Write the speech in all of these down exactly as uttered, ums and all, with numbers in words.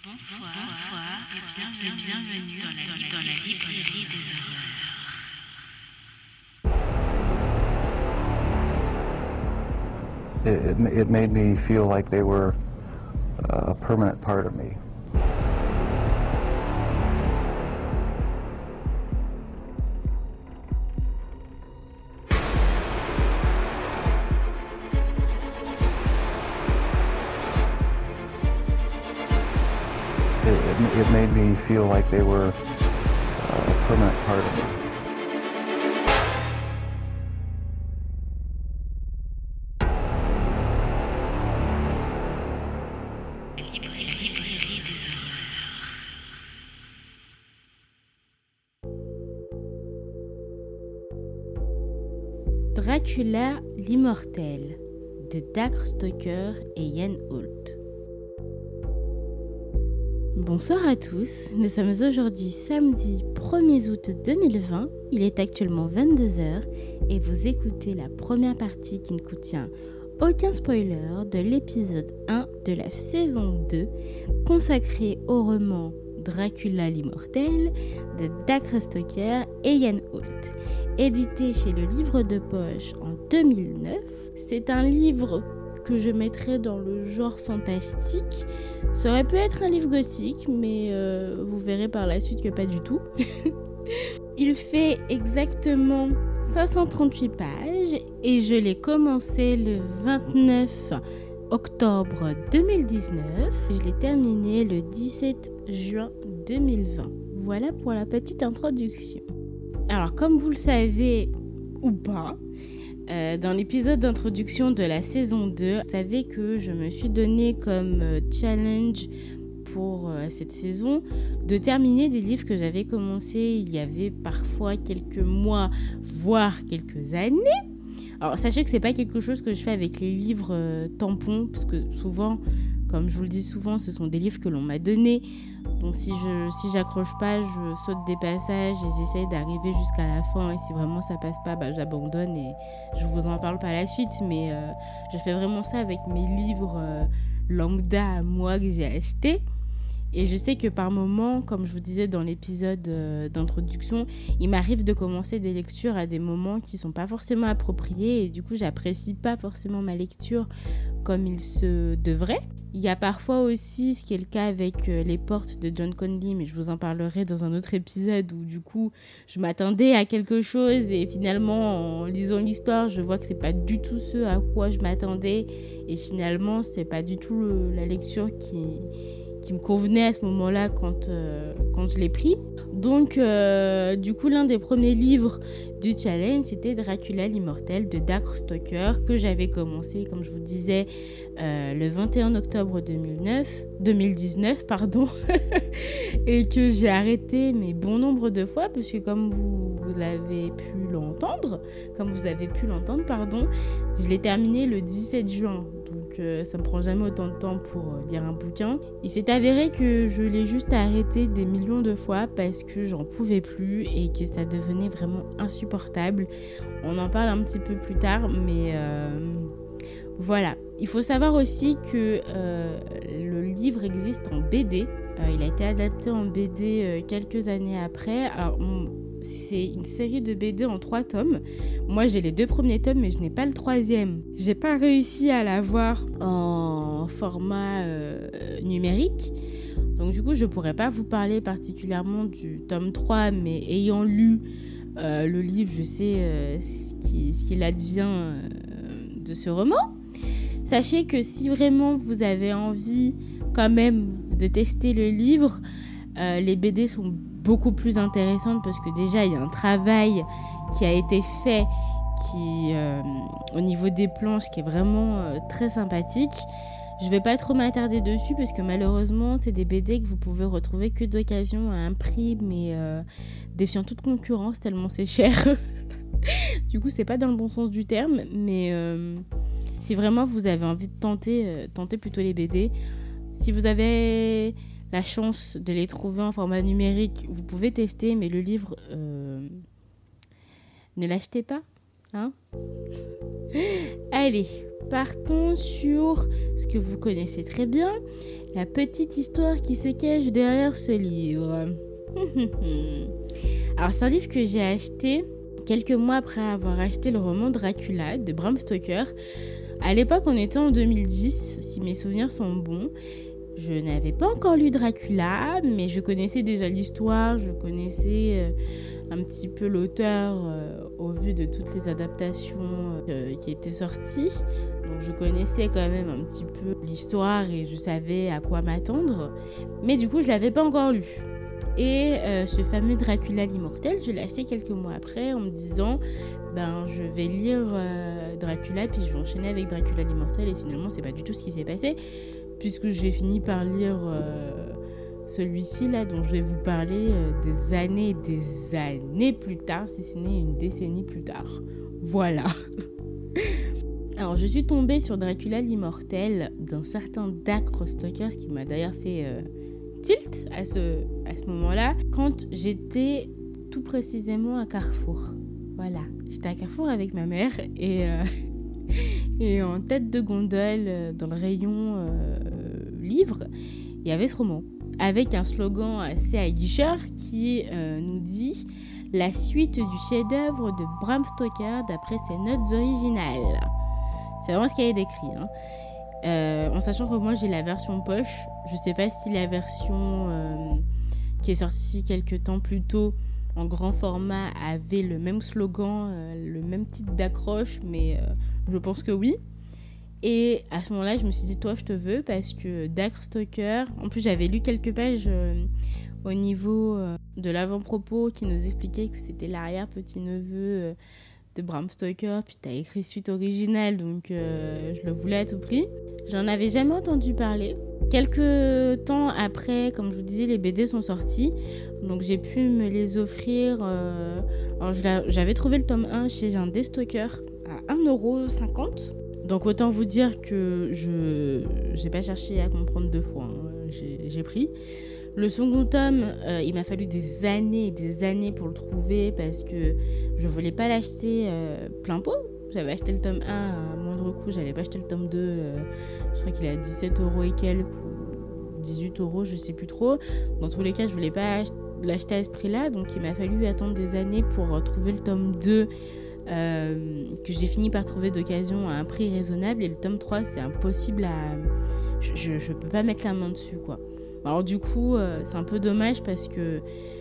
Bonsoir, bonsoir et bienvenue, bienvenue dans la, dans la librairie des horreurs. It, it made me feel like they were a permanent part of me. It, it, it made me feel like they were a permanent part of me. Dracula l'immortel de Dacre Stoker et Ian Holt. Bonsoir à tous, nous sommes aujourd'hui samedi premier août deux mille vingt, il est actuellement vingt-deux heures et vous écoutez la première partie qui ne contient aucun spoiler de l'épisode un de la saison deux consacré au roman Dracula l'immortel de Dacre Stoker et Ian Holt. Édité chez le Livre de Poche en deux mille neuf, c'est un livre que je mettrais dans le genre fantastique. Ça aurait pu être un livre gothique, mais euh, vous verrez par la suite que pas du tout. Il fait exactement cinq cent trente-huit pages et je l'ai commencé le vingt-neuf octobre deux mille dix-neuf. Je l'ai terminé le dix-sept juin deux mille vingt. Voilà pour la petite introduction. Alors, comme vous le savez ou pas, euh, dans l'épisode d'introduction de la saison deux, vous savez que je me suis donné comme euh, challenge pour euh, cette saison de terminer des livres que j'avais commencé il y avait parfois quelques mois, voire quelques années. Alors, sachez que c'est pas quelque chose que je fais avec les livres euh, tampons, parce que souvent, comme je vous le dis souvent, ce sont des livres que l'on m'a donnés. Donc si je si j'accroche pas, je saute des passages et j'essaie d'arriver jusqu'à la fin. Et si vraiment ça passe pas, bah, j'abandonne et je vous en parle par la suite. Mais euh, je fais vraiment ça avec mes livres euh, lambda à moi que j'ai achetés. Et je sais que par moments, comme je vous disais dans l'épisode euh, d'introduction, il m'arrive de commencer des lectures à des moments qui sont pas forcément appropriés. Et du coup, j'apprécie pas forcément ma lecture comme il se devrait. Il y a parfois aussi, ce qui est le cas avec euh, Les Portes de John Conley, mais je vous en parlerai dans un autre épisode où du coup, je m'attendais à quelque chose et finalement, en lisant l'histoire, je vois que c'est pas du tout ce à quoi je m'attendais et finalement, c'est pas du tout le, la lecture qui, qui me convenait à ce moment-là quand, euh, quand je l'ai pris. Donc, euh, du coup, l'un des premiers livres du challenge, c'était Dracula l'immortel de Dacre Stoker que j'avais commencé, comme je vous disais, Euh, le vingt et un octobre deux mille neuf, deux mille dix-neuf pardon, et que j'ai arrêté mais bon nombre de fois parce que comme vous, vous l'avez pu l'entendre, comme vous avez pu l'entendre, pardon, je l'ai terminé le dix-sept juin, donc euh, ça me prend jamais autant de temps pour euh, lire un bouquin. Il s'est avéré que je l'ai juste arrêté des millions de fois parce que j'en pouvais plus et que ça devenait vraiment insupportable. On en parle un petit peu plus tard, mais euh, voilà. Il faut savoir aussi que euh, le livre existe en B D. Euh, il a été adapté en B D euh, quelques années après. Alors, on, c'est une série de B D en trois tomes. Moi, j'ai les deux premiers tomes, mais je n'ai pas le troisième. J'ai pas réussi à l'avoir en format euh, numérique. Donc, du coup, je pourrais pas vous parler particulièrement du tome trois, mais ayant lu euh, le livre, je sais euh, ce, qui, ce qu'il advient euh, de ce roman. Sachez que si vraiment vous avez envie quand même de tester le livre, euh, les B D sont beaucoup plus intéressantes parce que déjà il y a un travail qui a été fait qui, euh, au niveau des planches qui est vraiment euh, très sympathique. Je ne vais pas trop m'attarder dessus parce que malheureusement c'est des B D que vous pouvez retrouver que d'occasion à un prix mais euh, défiant toute concurrence tellement c'est cher. Du coup c'est pas dans le bon sens du terme, mais... Euh, Si vraiment vous avez envie de tenter, euh, tentez plutôt les B D. Si vous avez la chance de les trouver en format numérique, vous pouvez tester, mais le livre, euh, ne l'achetez pas. Hein ? Allez, partons sur ce que vous connaissez très bien, la petite histoire qui se cache derrière ce livre. Alors c'est un livre que j'ai acheté quelques mois après avoir acheté le roman Dracula de Bram Stoker. À l'époque, on était en deux mille dix, si mes souvenirs sont bons. Je n'avais pas encore lu Dracula, mais je connaissais déjà l'histoire, je connaissais euh, un petit peu l'auteur euh, au vu de toutes les adaptations euh, qui étaient sorties. Donc je connaissais quand même un petit peu l'histoire et je savais à quoi m'attendre. Mais du coup, je ne l'avais pas encore lu. Et euh, ce fameux Dracula l'immortel, je l'ai acheté quelques mois après en me disant ben je vais lire euh, Dracula puis je vais enchaîner avec Dracula l'immortel, et finalement c'est pas du tout ce qui s'est passé puisque j'ai fini par lire euh, celui-ci là dont je vais vous parler euh, des années et des années plus tard, si ce n'est une décennie plus tard. Voilà. Alors je suis tombée sur Dracula l'immortel d'un certain Dacre Stoker, ce qui m'a d'ailleurs fait euh, tilt à ce, à ce moment-là, quand j'étais tout précisément à Carrefour. Voilà, j'étais à Carrefour avec ma mère et, euh, et en tête de gondole, euh, dans le rayon euh, livres, il y avait ce roman, avec un slogan assez aguicheur qui euh, nous dit « La suite du chef-d'œuvre de Bram Stoker d'après ses notes originales ». C'est vraiment ce qu'il y avait décrit, hein. Euh, en sachant que moi j'ai la version poche. Je sais pas si la version euh, qui est sortie quelques temps plus tôt en grand format avait le même slogan, euh, le même titre d'accroche, mais euh, je pense que oui. Et à ce moment-là, je me suis dit, toi, je te veux, parce que Dacre Stoker, en plus j'avais lu quelques pages euh, au niveau euh, de l'avant-propos qui nous expliquait que c'était l'arrière-petit-neveu euh, de Bram Stoker, puis t'as écrit suite originale, donc euh, je le voulais à tout prix. J'en avais jamais entendu parler. Quelques temps après, comme je vous disais, les B D sont sortis, donc j'ai pu me les offrir. Euh... Alors j'avais trouvé le tome un chez un Destocker à un euro cinquante. Donc autant vous dire que je j'ai pas cherché à comprendre deux fois, hein. j'ai, j'ai pris. Le second tome, euh, il m'a fallu des années et des années pour le trouver parce que je voulais pas l'acheter euh, plein pot. J'avais acheté le tome un à moindre coût, j'allais pas acheter le tome deux, euh, je crois qu'il est à dix-sept euros et quelques ou dix-huit euros, je sais plus trop. Dans tous les cas, je voulais pas ach- l'acheter à ce prix-là, donc il m'a fallu attendre des années pour euh, trouver le tome deux euh, que j'ai fini par trouver d'occasion à un prix raisonnable, et le tome trois, c'est impossible à... Je, je, je peux pas mettre la main dessus, quoi. Alors du coup, euh, c'est un peu dommage parce que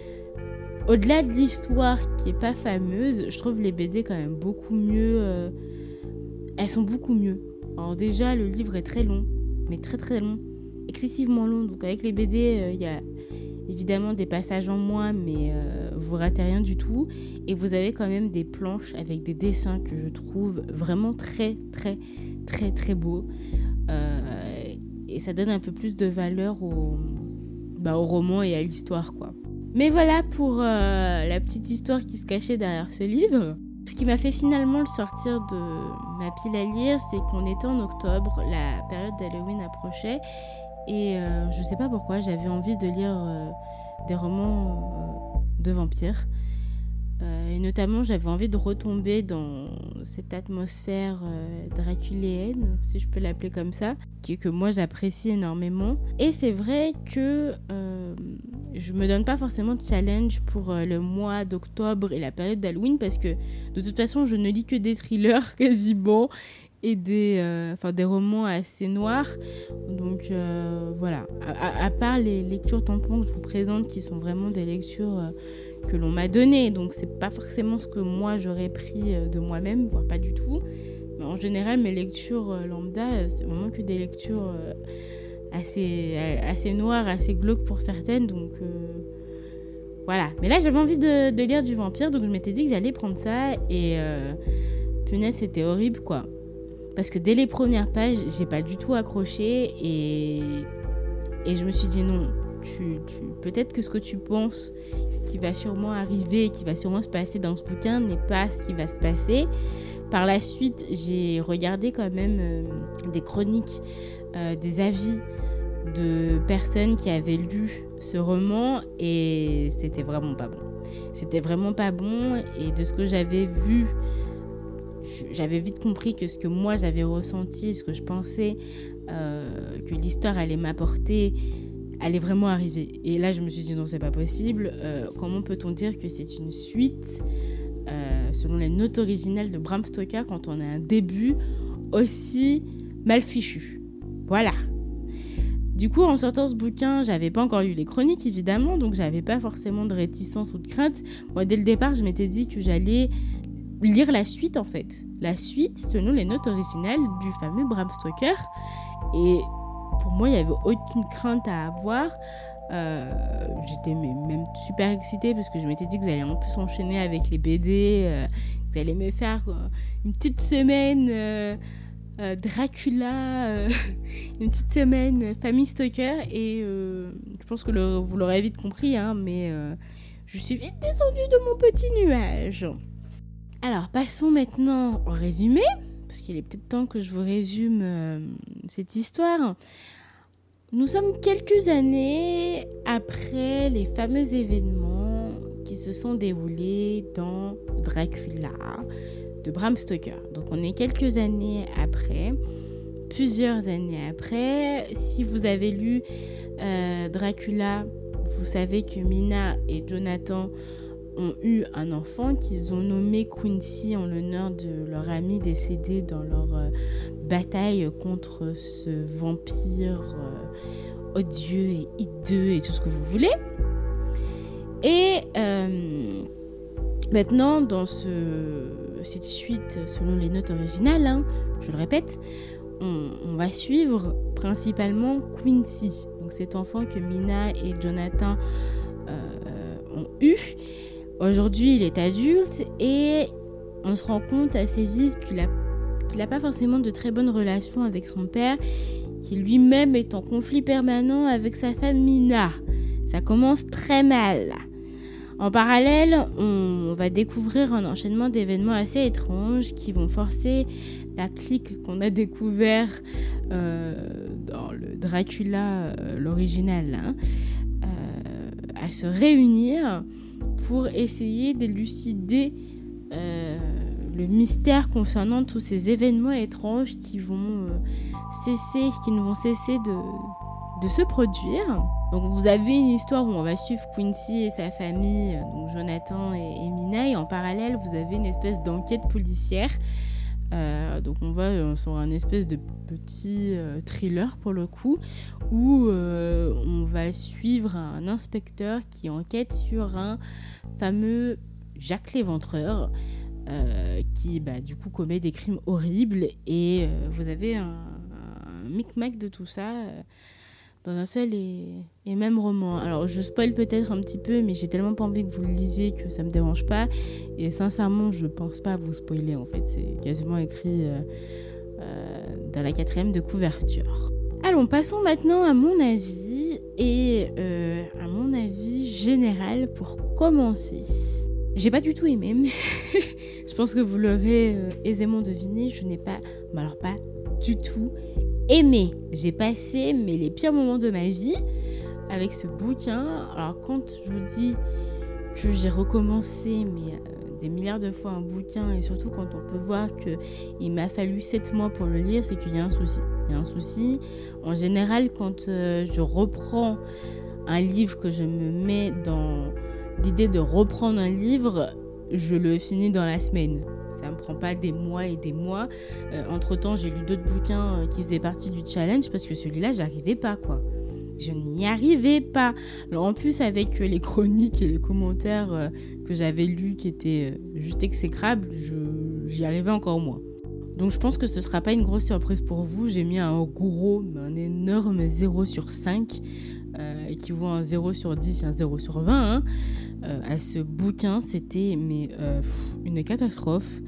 au-delà de l'histoire qui est pas fameuse, je trouve les B D quand même beaucoup mieux. Euh, elles sont beaucoup mieux. Alors déjà, le livre est très long, mais très très long, excessivement long. Donc avec les B D, il euh, y a évidemment des passages en moins, mais euh, vous ratez rien du tout. Et vous avez quand même des planches avec des dessins que je trouve vraiment très très très très beaux. Euh, et ça donne un peu plus de valeur au, bah, au roman et à l'histoire, quoi. Mais voilà pour euh, la petite histoire qui se cachait derrière ce livre. Ce qui m'a fait finalement le sortir de ma pile à lire, c'est qu'on était en octobre, la période d'Halloween approchait, et euh, je sais pas pourquoi, j'avais envie de lire euh, des romans euh, de vampires. Euh, et notamment, j'avais envie de retomber dans cette atmosphère euh, draculéenne, si je peux l'appeler comme ça, que, que moi j'apprécie énormément. Et c'est vrai que euh, je me donne pas forcément de challenge pour euh, le mois d'octobre et la période d'Halloween, parce que de toute façon, je ne lis que des thrillers quasiment et des, euh, enfin, des romans assez noirs. Donc euh, voilà, à, à part les lectures tampons que je vous présente, qui sont vraiment des lectures... Euh, que l'on m'a donné, donc c'est pas forcément ce que moi j'aurais pris de moi-même, voire pas du tout, mais en général mes lectures lambda, c'est vraiment que des lectures assez, assez noires, assez glauques pour certaines, donc euh, voilà. Mais là j'avais envie de, de lire du vampire, donc je m'étais dit que j'allais prendre ça, et euh, punaise, c'était horrible, quoi, parce que dès les premières pages j'ai pas du tout accroché, et, et je me suis dit non, tu, tu, peut-être que ce que tu penses qui va sûrement arriver, qui va sûrement se passer dans ce bouquin n'est pas ce qui va se passer. Par la suite, j'ai regardé quand même euh, des chroniques, euh, des avis de personnes qui avaient lu ce roman, et c'était vraiment pas bon. C'était vraiment pas bon, et de ce que j'avais vu, j'avais vite compris que ce que moi j'avais ressenti, ce que je pensais euh, que l'histoire allait m'apporter allait vraiment arriver. Et là, je me suis dit non, c'est pas possible. Euh, comment peut-on dire que c'est une suite euh, selon les notes originales de Bram Stoker quand on a un début aussi mal fichu? Voilà. Du coup, en sortant ce bouquin, j'avais pas encore lu les chroniques, évidemment, donc j'avais pas forcément de réticence ou de crainte. Moi, dès le départ, je m'étais dit que j'allais lire la suite, en fait. La suite, selon les notes originales du fameux Bram Stoker. Et pour moi, il n'y avait aucune crainte à avoir. Euh, j'étais même super excitée parce que je m'étais dit que j'allais en plus enchaîner avec les B D, euh, que j'allais me faire euh, une petite semaine... Euh, Euh, Dracula, euh, une petite semaine euh, famille Stoker et euh, je pense que le, vous l'aurez vite compris, hein, mais euh, je suis vite descendue de mon petit nuage. Alors passons maintenant au résumé, parce qu'il est peut-être temps que je vous résume euh, cette histoire. Nous sommes quelques années après les fameux événements qui se sont déroulés dans Dracula de Bram Stoker. Donc on est quelques années après, plusieurs années après. Si vous avez lu euh, Dracula, vous savez que Mina et Jonathan ont eu un enfant qu'ils ont nommé Quincy en l'honneur de leur ami décédé dans leur euh, bataille contre ce vampire euh, odieux et hideux et tout ce que vous voulez. Et euh, maintenant, dans ce, cette suite, selon les notes originales, hein, je le répète, on, on va suivre principalement Quincy, donc cet enfant que Mina et Jonathan euh, ont eu. Aujourd'hui, il est adulte et on se rend compte assez vite qu'il n'a qu'il n'a pas forcément de très bonnes relations avec son père, qui lui-même est en conflit permanent avec sa femme Mina. Ça commence très mal. En parallèle, on va découvrir un enchaînement d'événements assez étranges qui vont forcer la clique qu'on a découvert euh, dans le Dracula, euh, l'original, hein, euh, à se réunir pour essayer d'élucider euh, le mystère concernant tous ces événements étranges qui vont euh, cesser, qui ne vont cesser de, de se produire. Donc vous avez une histoire où on va suivre Quincy et sa famille, donc Jonathan et, et Mina, et en parallèle vous avez une espèce d'enquête policière. Euh, donc on va sur un espèce de petit euh, thriller pour le coup, où euh, on va suivre un inspecteur qui enquête sur un fameux Jacques l'Éventreur, euh, qui bah, du coup commet des crimes horribles, et euh, vous avez un, un micmac de tout ça euh, dans un seul et, et même roman. Alors je spoil peut-être un petit peu, mais j'ai tellement pas envie que vous le lisiez que ça me dérange pas, et sincèrement je pense pas vous spoiler, en fait c'est quasiment écrit euh, euh, dans la quatrième de couverture. Allons, passons maintenant à mon avis, et euh, à mon avis général pour commencer. J'ai pas du tout aimé, mais je pense que vous l'aurez euh, aisément deviné, je n'ai pas, mais alors pas du tout aimé. J'ai passé mais les pires moments de ma vie avec ce bouquin. Alors quand je vous dis que j'ai recommencé mais euh, des milliards de fois un bouquin, et surtout quand on peut voir qu'il m'a fallu sept mois pour le lire, c'est qu'il y a un souci. Il y a un souci. En général, quand euh, je reprends un livre, que je me mets dans l'idée de reprendre un livre, je le finis dans la semaine. Ça ne me prend pas des mois et des mois. Euh, entre-temps, j'ai lu d'autres bouquins euh, qui faisaient partie du challenge, parce que celui-là, j'arrivais pas, quoi. Je n'y arrivais pas. Alors, en plus, avec euh, les chroniques et les commentaires euh, que j'avais lus qui étaient euh, juste exécrables, je, j'y arrivais encore moins. Donc, je pense que ce ne sera pas une grosse surprise pour vous. J'ai mis un gros, un énorme zéro sur cinq, euh, équivaut à un zéro sur dix et un zéro sur vingt, hein. Euh, à ce bouquin, c'était mais, euh, pff, une catastrophe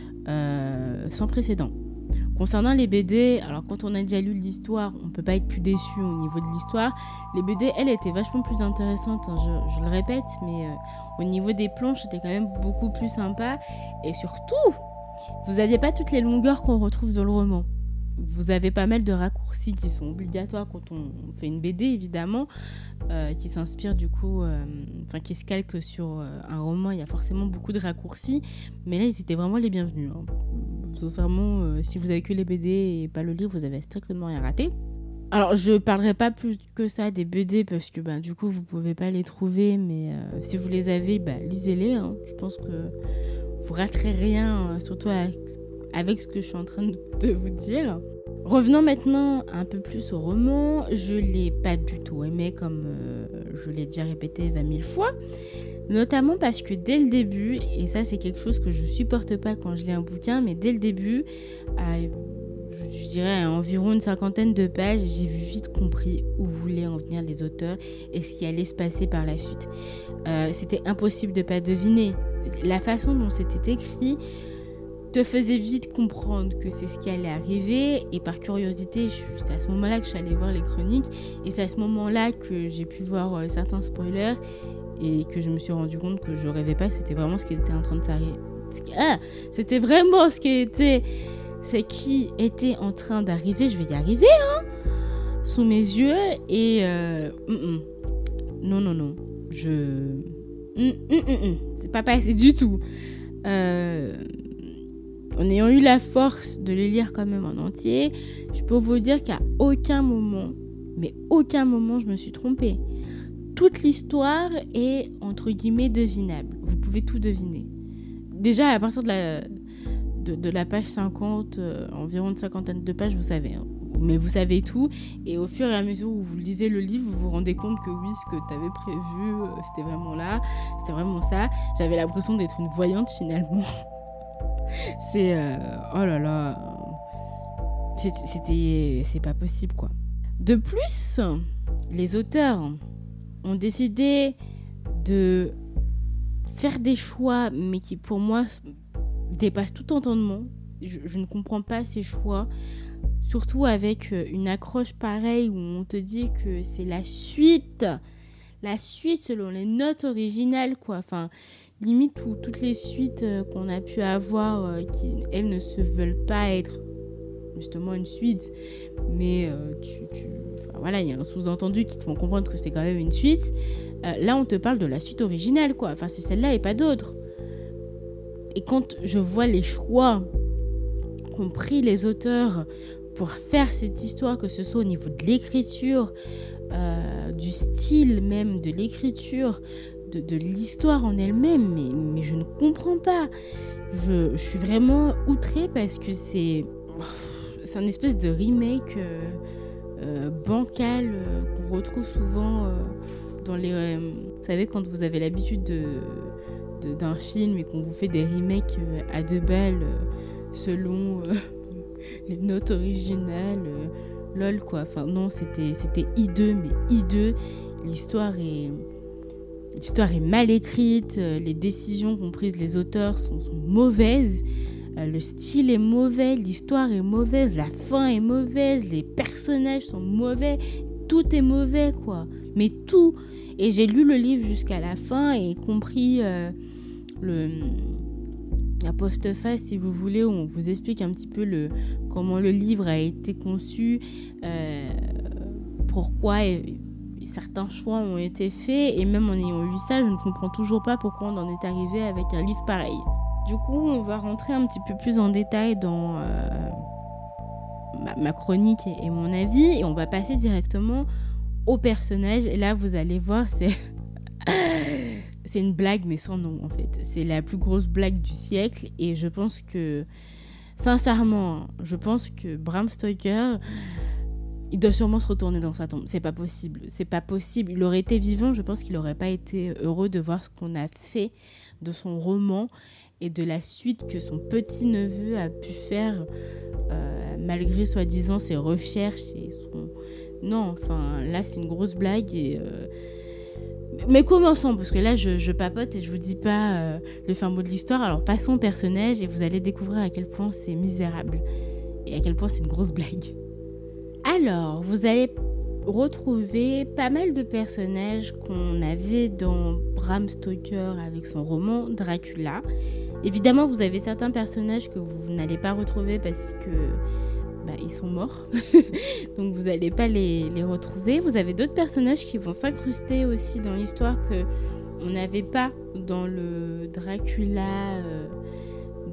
euh, sans précédent. Concernant les B D, alors quand on a déjà lu l'histoire, on peut pas être plus déçu au niveau de l'histoire. Les B D, elles, étaient vachement plus intéressantes, hein, je, je le répète, mais euh, au niveau des planches, c'était quand même beaucoup plus sympa. Et surtout, vous n'aviez pas toutes les longueurs qu'on retrouve dans le roman. Vous avez pas mal de raccourcis qui sont obligatoires quand on fait une B D, évidemment, euh, qui s'inspire du coup, euh, enfin qui se calque sur euh, un roman. Il y a forcément beaucoup de raccourcis, mais là ils étaient vraiment les bienvenus, hein. sincèrement, euh, si vous avez que les B D et pas le livre, vous avez strictement rien raté. Alors, je parlerai pas plus que ça des B D parce que bah, du coup, vous pouvez pas les trouver, mais euh, si vous les avez, bah, lisez-les. Hein. Je pense que vous raterez rien, euh, surtout avec, avec ce que je suis en train de vous dire. Revenons maintenant un peu plus au roman. Je l'ai pas du tout aimé, comme euh, je l'ai déjà répété vingt mille fois. Notamment parce que dès le début, et ça c'est quelque chose que je supporte pas quand je lis un bouquin, mais dès le début, à, je dirais à environ une cinquantaine de pages, j'ai vite compris où voulaient en venir les auteurs et ce qui allait se passer par la suite. Euh, c'était impossible de pas deviner. La façon dont c'était écrit te faisait vite comprendre que c'est ce qui allait arriver, et par curiosité, c'est à ce moment-là que je suis allée voir les chroniques, et c'est à ce moment-là que j'ai pu voir euh, certains spoilers, et que je me suis rendu compte que je rêvais pas, c'était vraiment ce qui était en train de s'arriver. Ah, c'était vraiment ce qui était, c'est qui était en train d'arriver, je vais y arriver, hein, sous mes yeux, et euh, mm, mm. non, non, non, je... Mm, mm, mm, mm. C'est pas passé du tout. Euh... En ayant eu la force de le lire quand même en entier, je peux vous dire qu'à aucun moment, mais aucun moment, je me suis trompée. Toute l'histoire est, entre guillemets, devinable. Vous pouvez tout deviner. Déjà, à partir de la, de, de la page cinquante, euh, environ une cinquantaine de pages, vous savez. Hein. Mais vous savez tout. Et au fur et à mesure où vous lisez le livre, vous vous rendez compte que oui, ce que tu avais prévu, euh, c'était vraiment là. C'était vraiment ça. J'avais l'impression d'être une voyante, finalement. C'est... Euh, oh là là... C'est, c'était... C'est pas possible, quoi. De plus, les auteurs ont décidé de faire des choix, mais qui, pour moi, dépassent tout entendement. Je, je ne comprends pas ces choix. Surtout avec une accroche pareille où on te dit que c'est la suite. La suite selon les notes originales, quoi. Enfin... Limite où toutes les suites euh, qu'on a pu avoir, euh, qui elles ne se veulent pas être justement une suite, mais euh, tu, tu, enfin, voilà, il y a un sous-entendu qui te font comprendre que c'est quand même une suite. Euh, là, on te parle de la suite originale, quoi. Enfin, c'est celle-là et pas d'autres. Et quand je vois les choix qu'ont pris les auteurs pour faire cette histoire, que ce soit au niveau de l'écriture, euh, du style même de l'écriture, De, de l'histoire en elle-même, mais, mais je ne comprends pas. Je, je suis vraiment outrée parce que c'est, c'est un espèce de remake euh, euh, bancal euh, qu'on retrouve souvent euh, dans les... Euh, vous savez, quand vous avez l'habitude de, de, d'un film et qu'on vous fait des remakes euh, à deux balles euh, selon euh, les notes originales, euh, lol quoi. Enfin non, c'était, c'était hideux, mais hideux. L'histoire est... L'histoire est mal écrite, les décisions qu'ont prises les auteurs sont, sont mauvaises, le style est mauvais, l'histoire est mauvaise, la fin est mauvaise, les personnages sont mauvais, tout est mauvais, quoi. Mais tout. Et j'ai lu le livre jusqu'à la fin et compris euh, le, la postface, si vous voulez, où on vous explique un petit peu le, comment le livre a été conçu, euh, pourquoi... Et, certains choix ont été faits, et même en ayant lu ça, je ne comprends toujours pas pourquoi on en est arrivé avec un livre pareil. Du coup, on va rentrer un petit peu plus en détail dans euh, ma, ma chronique et, et mon avis, et on va passer directement au personnage. Et là, vous allez voir, c'est c'est une blague, mais sans nom, en fait. C'est la plus grosse blague du siècle, et je pense que, sincèrement, je pense que Bram Stoker... Il doit sûrement se retourner dans sa tombe. C'est pas possible. C'est pas possible. Il aurait été vivant, je pense qu'il n'aurait pas été heureux de voir ce qu'on a fait de son roman et de la suite que son petit-neveu a pu faire euh, malgré soi-disant ses recherches et son... Non, enfin, là, c'est une grosse blague et... Euh... Mais commençons, parce que là, je, je papote et je vous dis pas euh, le fin mot de l'histoire. Alors, passons au personnage et vous allez découvrir à quel point c'est misérable et à quel point c'est une grosse blague. Alors, vous allez retrouver pas mal de personnages qu'on avait dans Bram Stoker avec son roman Dracula. Évidemment, vous avez certains personnages que vous n'allez pas retrouver parce que bah, ils sont morts. Donc, vous n'allez pas les, les retrouver. Vous avez d'autres personnages qui vont s'incruster aussi dans l'histoire qu'on n'avait pas dans le Dracula euh, de,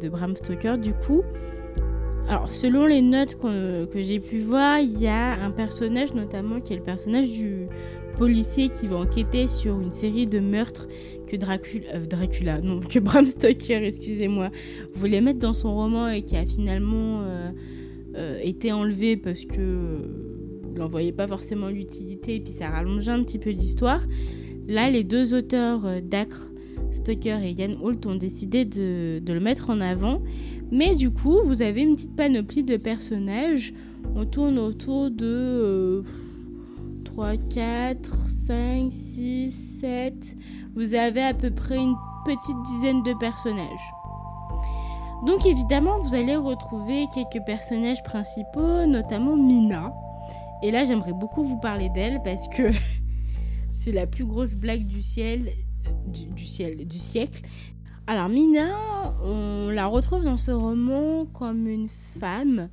de Bram Stoker, du coup. Alors, selon les notes que, que j'ai pu voir, il y a un personnage notamment qui est le personnage du policier qui va enquêter sur une série de meurtres que Dracula, euh, Dracula non, que Bram Stoker, excusez-moi, voulait mettre dans son roman et qui a finalement euh, euh, été enlevé parce que euh, il n'en voyait pas forcément l'utilité et puis ça rallongeait un petit peu l'histoire. Là, les deux auteurs, euh, Dacre Stoker et Ian Holt, ont décidé de, de le mettre en avant. Mais du coup, vous avez une petite panoplie de personnages. On tourne autour de euh, trois, quatre, cinq, six, sept. Vous avez à peu près une petite dizaine de personnages. Donc évidemment, vous allez retrouver quelques personnages principaux, notamment Mina. Et là, j'aimerais beaucoup vous parler d'elle parce que c'est la plus grosse blague du ciel, du, du ciel, du siècle. Alors Mina, on la retrouve dans ce roman comme une femme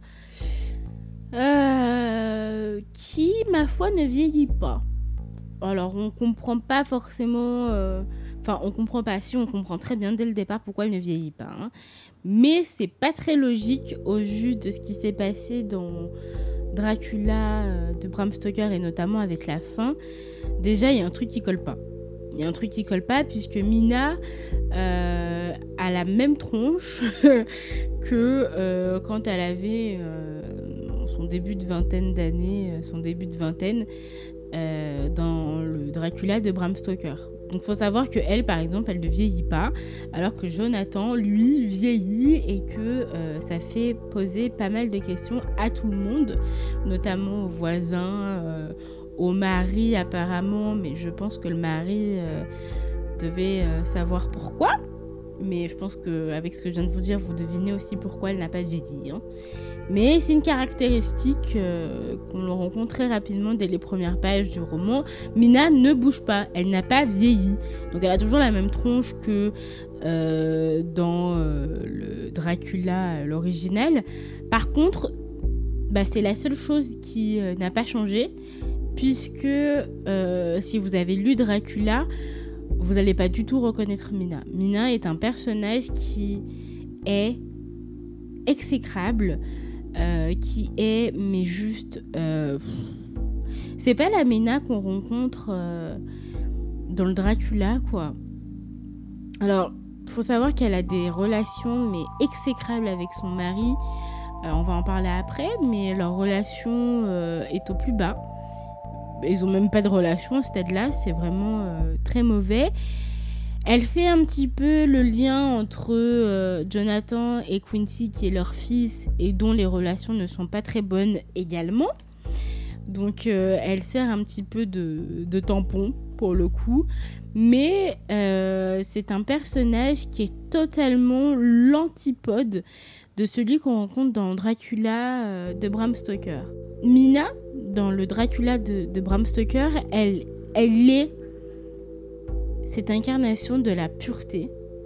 euh, qui, ma foi, ne vieillit pas. Alors on comprend pas forcément, euh, enfin on comprend pas, si on comprend très bien dès le départ pourquoi elle ne vieillit pas. Hein. Mais c'est pas très logique au vu de ce qui s'est passé dans Dracula euh, de Bram Stoker et notamment avec la fin. Déjà il y a un truc qui colle pas. Il y a un truc qui colle pas puisque Mina euh, a la même tronche que euh, quand elle avait euh, son début de vingtaine d'années, son début de vingtaine euh, dans le Dracula de Bram Stoker. Donc il faut savoir qu'elle, par exemple, elle ne vieillit pas, alors que Jonathan, lui, vieillit et que euh, ça fait poser pas mal de questions à tout le monde, notamment aux voisins, euh, au mari apparemment, mais je pense que le mari euh, devait euh, savoir pourquoi. Mais je pense qu'avec ce que je viens de vous dire, vous devinez aussi pourquoi elle n'a pas vieilli. Hein. Mais c'est une caractéristique euh, qu'on rencontre très rapidement dès les premières pages du roman. Mina ne bouge pas, elle n'a pas vieilli. Donc elle a toujours la même tronche que euh, dans euh, le Dracula, l'original. Par contre, bah, c'est la seule chose qui euh, n'a pas changé. Puisque euh, si vous avez lu Dracula, vous n'allez pas du tout reconnaître Mina. Mina est un personnage qui est exécrable, euh, qui est, mais juste... Euh, c'est pas la Mina qu'on rencontre euh, dans le Dracula, quoi. Alors, il faut savoir qu'elle a des relations, mais exécrables avec son mari. Euh, on va en parler après, mais leur relation euh, est au plus bas. Ils ont même pas de relation à ce stade-là, c'est vraiment euh, très mauvais. Elle fait un petit peu le lien entre euh, Jonathan et Quincy, qui est leur fils, et dont les relations ne sont pas très bonnes également. Donc euh, elle sert un petit peu de, de tampon, pour le coup. Mais euh, c'est un personnage qui est totalement l'antipode de celui qu'on rencontre dans Dracula euh, de Bram Stoker. Mina, dans le Dracula de, de Bram Stoker, elle, elle est cette incarnation de la pureté,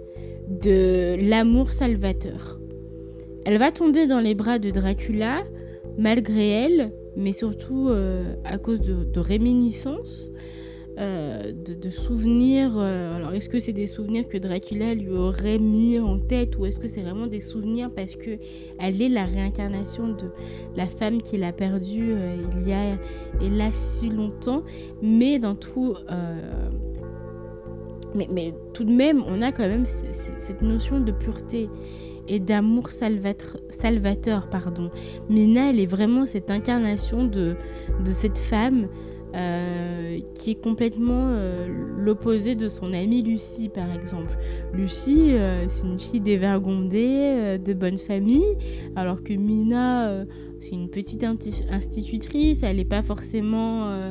de l'amour salvateur. Elle va tomber dans les bras de Dracula, malgré elle, mais surtout euh, à cause de, de réminiscences, euh, de, de souvenirs. Euh, alors, est-ce que c'est des souvenirs que Dracula lui aurait mis en tête, ou est-ce que c'est vraiment des souvenirs parce que elle est la réincarnation de la femme qu'il a perdue euh, il y a hélas si longtemps. Mais dans tout, euh, mais, mais tout de même, on a quand même c- c- cette notion de pureté et d'amour salvateur, salvateur pardon. Mina, elle est vraiment cette incarnation de, de cette femme euh, qui est complètement euh, l'opposé de son amie Lucie, par exemple. Lucie, euh, c'est une fille dévergondée, euh, de bonne famille, alors que Mina, euh, c'est une petite institutrice, elle n'est pas forcément... Euh,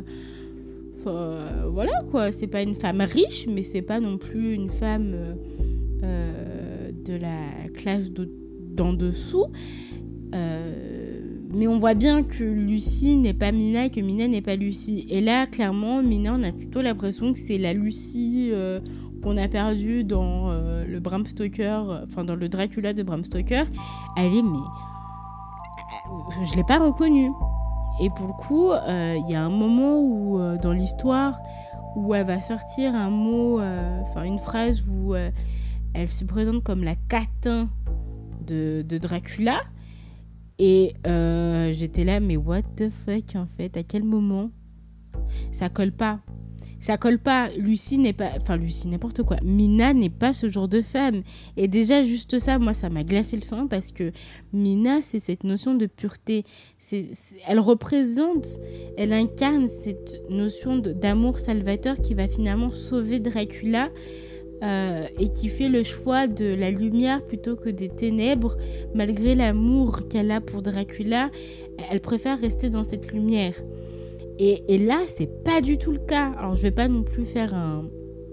euh, voilà, quoi, c'est pas une femme riche, mais c'est pas non plus une femme... Euh, euh, de la classe de, d'en dessous. Euh, mais on voit bien que Lucie n'est pas Mina et que Mina n'est pas Lucie. Et là, clairement, Mina, on a plutôt l'impression que c'est la Lucie euh, qu'on a perdue dans euh, le Bram Stoker, enfin dans le Dracula de Bram Stoker. Elle est, mais... Je ne l'ai pas reconnue. Et pour le coup, il euh, y a un moment où, euh, dans l'histoire, où elle va sortir un mot, enfin euh, une phrase où... Euh, elle se présente comme la catin de, de Dracula. Et euh, j'étais là, mais what the fuck, en fait, à quel moment? Ça colle pas. Ça colle pas. Lucie n'est pas... Enfin, Lucie, n'importe quoi. Mina n'est pas ce genre de femme. Et déjà, juste ça, moi, ça m'a glacé le sang parce que Mina, c'est cette notion de pureté. C'est, c'est, elle représente, elle incarne cette notion de, d'amour salvateur qui va finalement sauver Dracula euh, et qui fait le choix de la lumière plutôt que des ténèbres. Malgré l'amour qu'elle a pour Dracula, elle préfère rester dans cette lumière. Et, et là, c'est pas du tout le cas. Alors, je vais pas non plus faire un,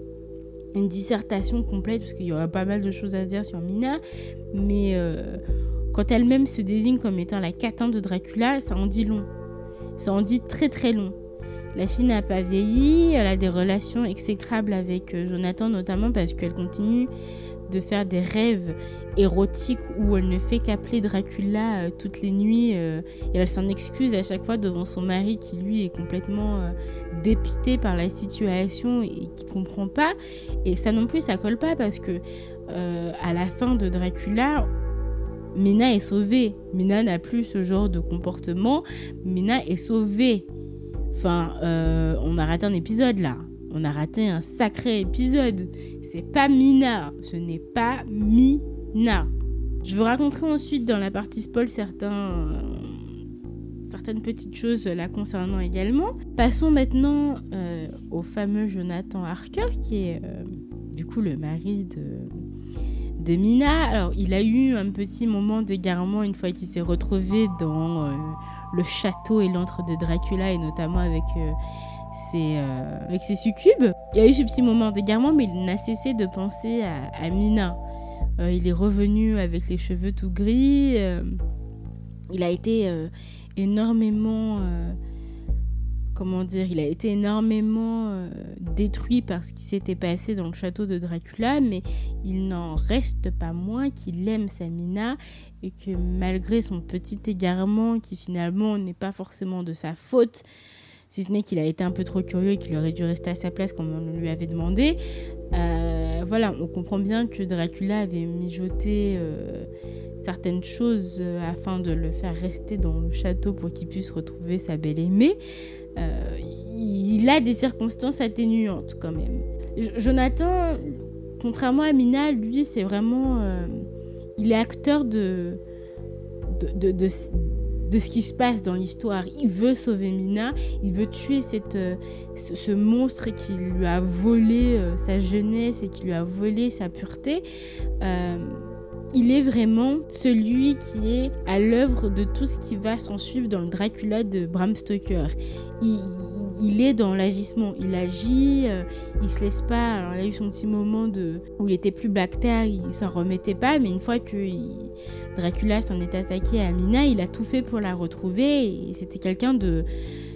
une dissertation complète parce qu'il y aura pas mal de choses à dire sur Mina. Mais euh, quand elle-même se désigne comme étant la catin de Dracula, ça en dit long. Ça en dit très très long. La fille n'a pas vieilli. Elle a des relations exécrables avec Jonathan, notamment parce qu'elle continue de faire des rêves érotiques où elle ne fait qu'appeler Dracula euh, toutes les nuits euh, et elle s'en excuse à chaque fois devant son mari qui lui est complètement euh, dépité par la situation et qui comprend pas. Et ça non plus, ça colle pas parce que euh, à la fin de Dracula, Mina est sauvée. Mina n'a plus ce genre de comportement. Mina est sauvée. Enfin, euh, on a raté un épisode là. On a raté un sacré épisode. C'est pas Mina. Ce n'est pas Mina. Je vous raconterai ensuite dans la partie spoil certains, euh, certaines petites choses la concernant également. Passons maintenant euh, au fameux Jonathan Harker qui est euh, du coup le mari de, de Mina. Alors il a eu un petit moment d'égarement une fois qu'il s'est retrouvé dans euh, le château et l'antre de Dracula et notamment avec... Euh, C'est euh, avec ses succubes. Il y a eu ce petit moment d'égarement, mais il n'a cessé de penser à, à Mina. Euh, il est revenu avec les cheveux tout gris. Euh, il a été euh, énormément... Euh, comment dire, il a été énormément euh, détruit par ce qui s'était passé dans le château de Dracula, mais il n'en reste pas moins qu'il aime sa Mina et que malgré son petit égarement, qui finalement n'est pas forcément de sa faute, si ce n'est qu'il a été un peu trop curieux et qu'il aurait dû rester à sa place comme on lui avait demandé. Euh, voilà, on comprend bien que Dracula avait mijoté euh, certaines choses euh, afin de le faire rester dans le château pour qu'il puisse retrouver sa belle-aimée. Euh, il a des circonstances atténuantes quand même. J- Jonathan, contrairement à Mina, lui, c'est vraiment... Euh, il est acteur de... de, de, de de ce qui se passe dans l'histoire. Il veut sauver Mina, il veut tuer cette, euh, ce, ce monstre qui lui a volé euh, sa jeunesse et qui lui a volé sa pureté. Euh, il est vraiment celui qui est à l'œuvre de tout ce qui va s'en suivre dans le Dracula de Bram Stoker. Il, il est dans l'agissement, il agit, euh, il se laisse pas. Alors, il a eu son petit moment de, où il était plus bactère, il s'en remettait pas, mais une fois que il, Dracula s'en est attaqué à Mina, il a tout fait pour la retrouver et c'était quelqu'un de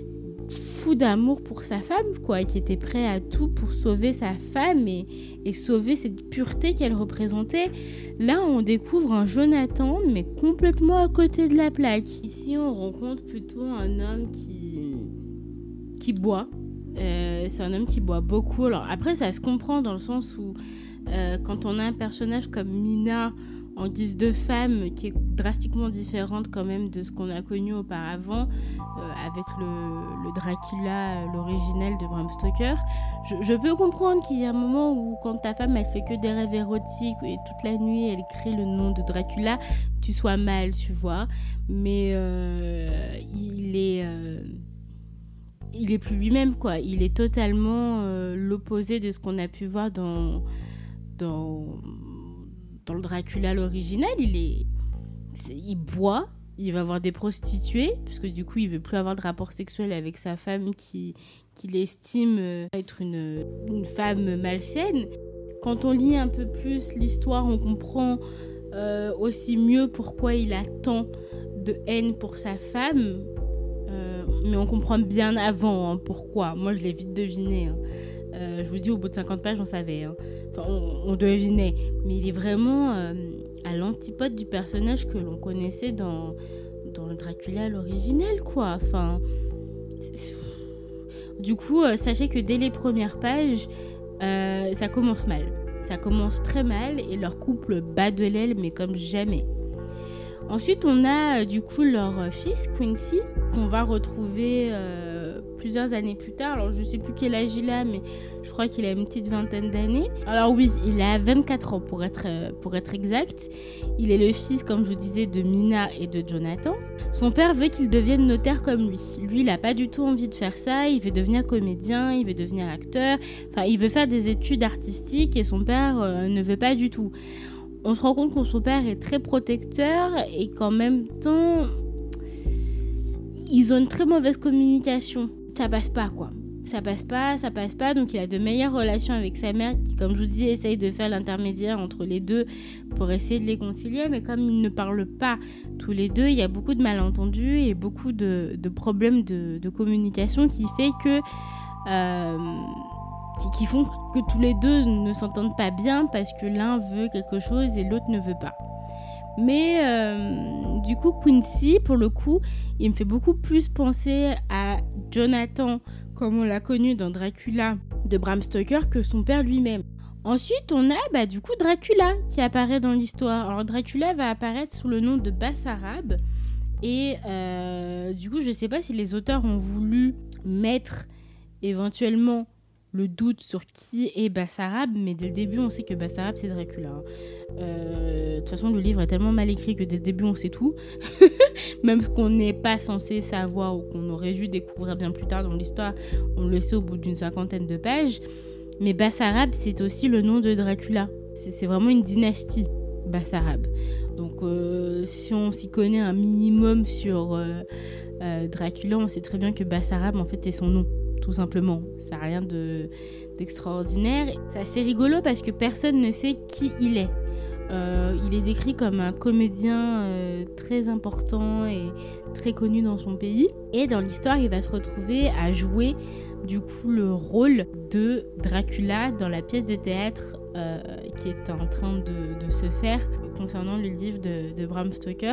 fou d'amour pour sa femme, quoi, qui était prêt à tout pour sauver sa femme et, et sauver cette pureté qu'elle représentait. Là, on découvre un Jonathan, mais complètement à côté de la plaque. Ici, on rencontre plutôt un homme qui, qui boit. Euh, c'est un homme qui boit beaucoup. Alors après, ça se comprend dans le sens où euh, quand on a un personnage comme Mina en guise de femme qui est drastiquement différente quand même de ce qu'on a connu auparavant euh, avec le, le Dracula, euh, l'original de Bram Stoker. Je, je peux comprendre qu'il y a un moment où quand ta femme elle fait que des rêves érotiques et toute la nuit elle crie le nom de Dracula, tu sois mal, tu vois. Mais euh, il est... Euh, il est plus lui-même, quoi. Il est totalement euh, l'opposé de ce qu'on a pu voir dans... dans dans le Dracula l'original. Il est, c'est, il boit, il va voir des prostituées parce que du coup il veut plus avoir de rapport sexuel avec sa femme qui qu'il estime être une une femme malsaine. Quand on lit un peu plus l'histoire, on comprend euh, aussi mieux pourquoi il a tant de haine pour sa femme, euh, mais on comprend bien avant hein, pourquoi. Moi je l'ai vite deviné. Hein. Euh, je vous dis, au bout de cinquante pages, on savait. Hein. Enfin, on, on devinait. Mais il est vraiment euh, à l'antipode du personnage que l'on connaissait dans, dans le Dracula l'original, quoi. Enfin, c'est, c'est... Du coup, euh, sachez que dès les premières pages, euh, ça commence mal. Ça commence très mal et leur couple bat de l'aile, mais comme jamais. Ensuite, on a euh, du coup leur euh, fils, Quincy, qu'on va retrouver euh, plusieurs années plus tard. Alors, je sais plus quel âge il a, mais je crois qu'il a une petite vingtaine d'années. Alors oui, il a vingt-quatre ans pour être, euh, pour être exact. Il est le fils, comme je vous disais, de Mina et de Jonathan. Son père veut qu'il devienne notaire comme lui. Lui, il n'a pas du tout envie de faire ça. Il veut devenir comédien, il veut devenir acteur. Enfin, il veut faire des études artistiques et son père euh, ne veut pas du tout. On se rend compte que son père est très protecteur et qu'en même temps, ils ont une très mauvaise communication. Ça passe pas, quoi. Ça passe pas, ça passe pas. Donc, il a de meilleures relations avec sa mère qui, comme je vous dis, essaye de faire l'intermédiaire entre les deux pour essayer de les concilier. Mais comme ils ne parlent pas tous les deux, il y a beaucoup de malentendus et beaucoup de, de problèmes de, de communication qui fait que... Euh, Qui, qui font que tous les deux ne s'entendent pas bien parce que l'un veut quelque chose et l'autre ne veut pas. Mais euh, du coup, Quincy, pour le coup, il me fait beaucoup plus penser à Jonathan, comme on l'a connu dans Dracula de Bram Stoker, que son père lui-même. Ensuite, on a bah, du coup Dracula qui apparaît dans l'histoire. Alors Dracula va apparaître sous le nom de Bassarab. Et euh, du coup, je ne sais pas si les auteurs ont voulu mettre éventuellement le doute sur qui est Bassarab, mais dès le début on sait que Bassarab c'est Dracula. Euh, de toute façon le livre est tellement mal écrit que dès le début on sait tout, même ce qu'on n'est pas censé savoir ou qu'on aurait dû découvrir bien plus tard dans l'histoire, on le sait au bout d'une cinquantaine de pages. Mais Bassarab c'est aussi le nom de Dracula, c'est, c'est vraiment une dynastie Bassarab. Donc euh, si on s'y connaît un minimum sur euh, euh, Dracula, on sait très bien que Bassarab en fait c'est son nom. Tout simplement, ça n'a rien de, d'extraordinaire. C'est assez rigolo parce que personne ne sait qui il est. Euh, il est décrit comme un comédien euh, très important et très connu dans son pays. Et dans l'histoire, il va se retrouver à jouer du coup le rôle de Dracula dans la pièce de théâtre euh, qui est en train de, de se faire concernant le livre de, de Bram Stoker.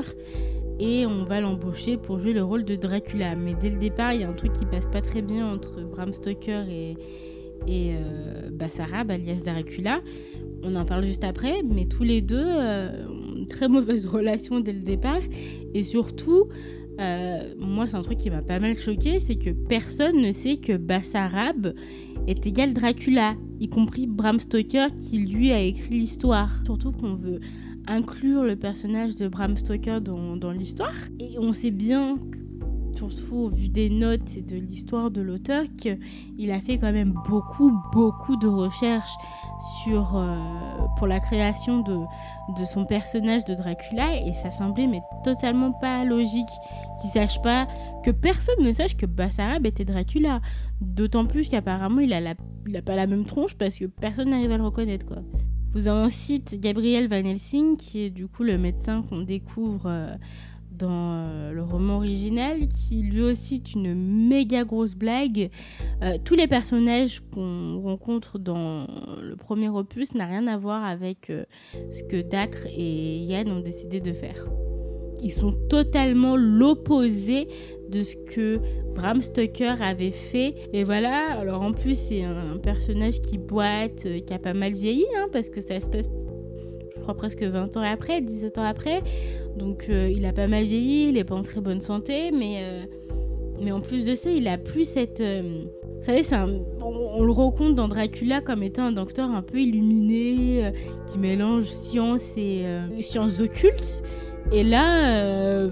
Et on va l'embaucher pour jouer le rôle de Dracula. Mais dès le départ, il y a un truc qui passe pas très bien entre Bram Stoker et, et euh, Bassarab, alias Dracula. On en parle juste après, mais tous les deux euh, ont une très mauvaise relation dès le départ. Et surtout, euh, moi, c'est un truc qui m'a pas mal choqué, c'est que personne ne sait que Bassarab est égal Dracula, y compris Bram Stoker qui, lui, a écrit l'histoire. Surtout qu'on veut inclure le personnage de Bram Stoker dans, dans l'histoire. Et on sait bien, surtout au vu des notes et de l'histoire de l'auteur, qu'il a fait quand même beaucoup, beaucoup de recherches sur, euh, pour la création de, de son personnage de Dracula. Et ça semblait mais totalement pas logique qu'il sache pas, que personne ne sache que Bassarab était Dracula. D'autant plus qu'apparemment, il a, la, il a pas la même tronche parce que personne n'arrive à le reconnaître, quoi. Vous avez ensuite Gabriel Van Helsing, qui est du coup le médecin qu'on découvre euh, dans euh, le roman original, qui lui aussi est une méga grosse blague. Euh, tous les personnages qu'on rencontre dans le premier opus n'ont rien à voir avec euh, ce que Dacre et Yann ont décidé de faire. Ils sont totalement l'opposé de ce que Bram Stoker avait fait. Et voilà, alors en plus c'est un personnage qui boite, euh, qui a pas mal vieilli, hein, parce que ça se passe, je crois, presque vingt ans après, dix-sept ans après. Donc euh, il a pas mal vieilli, il est pas en très bonne santé, mais, euh, mais en plus de ça, il a plus cette... Euh, vous savez, c'est un, on, on le rencontre dans Dracula comme étant un docteur un peu illuminé, euh, qui mélange science et euh, sciences occultes. Et là, euh,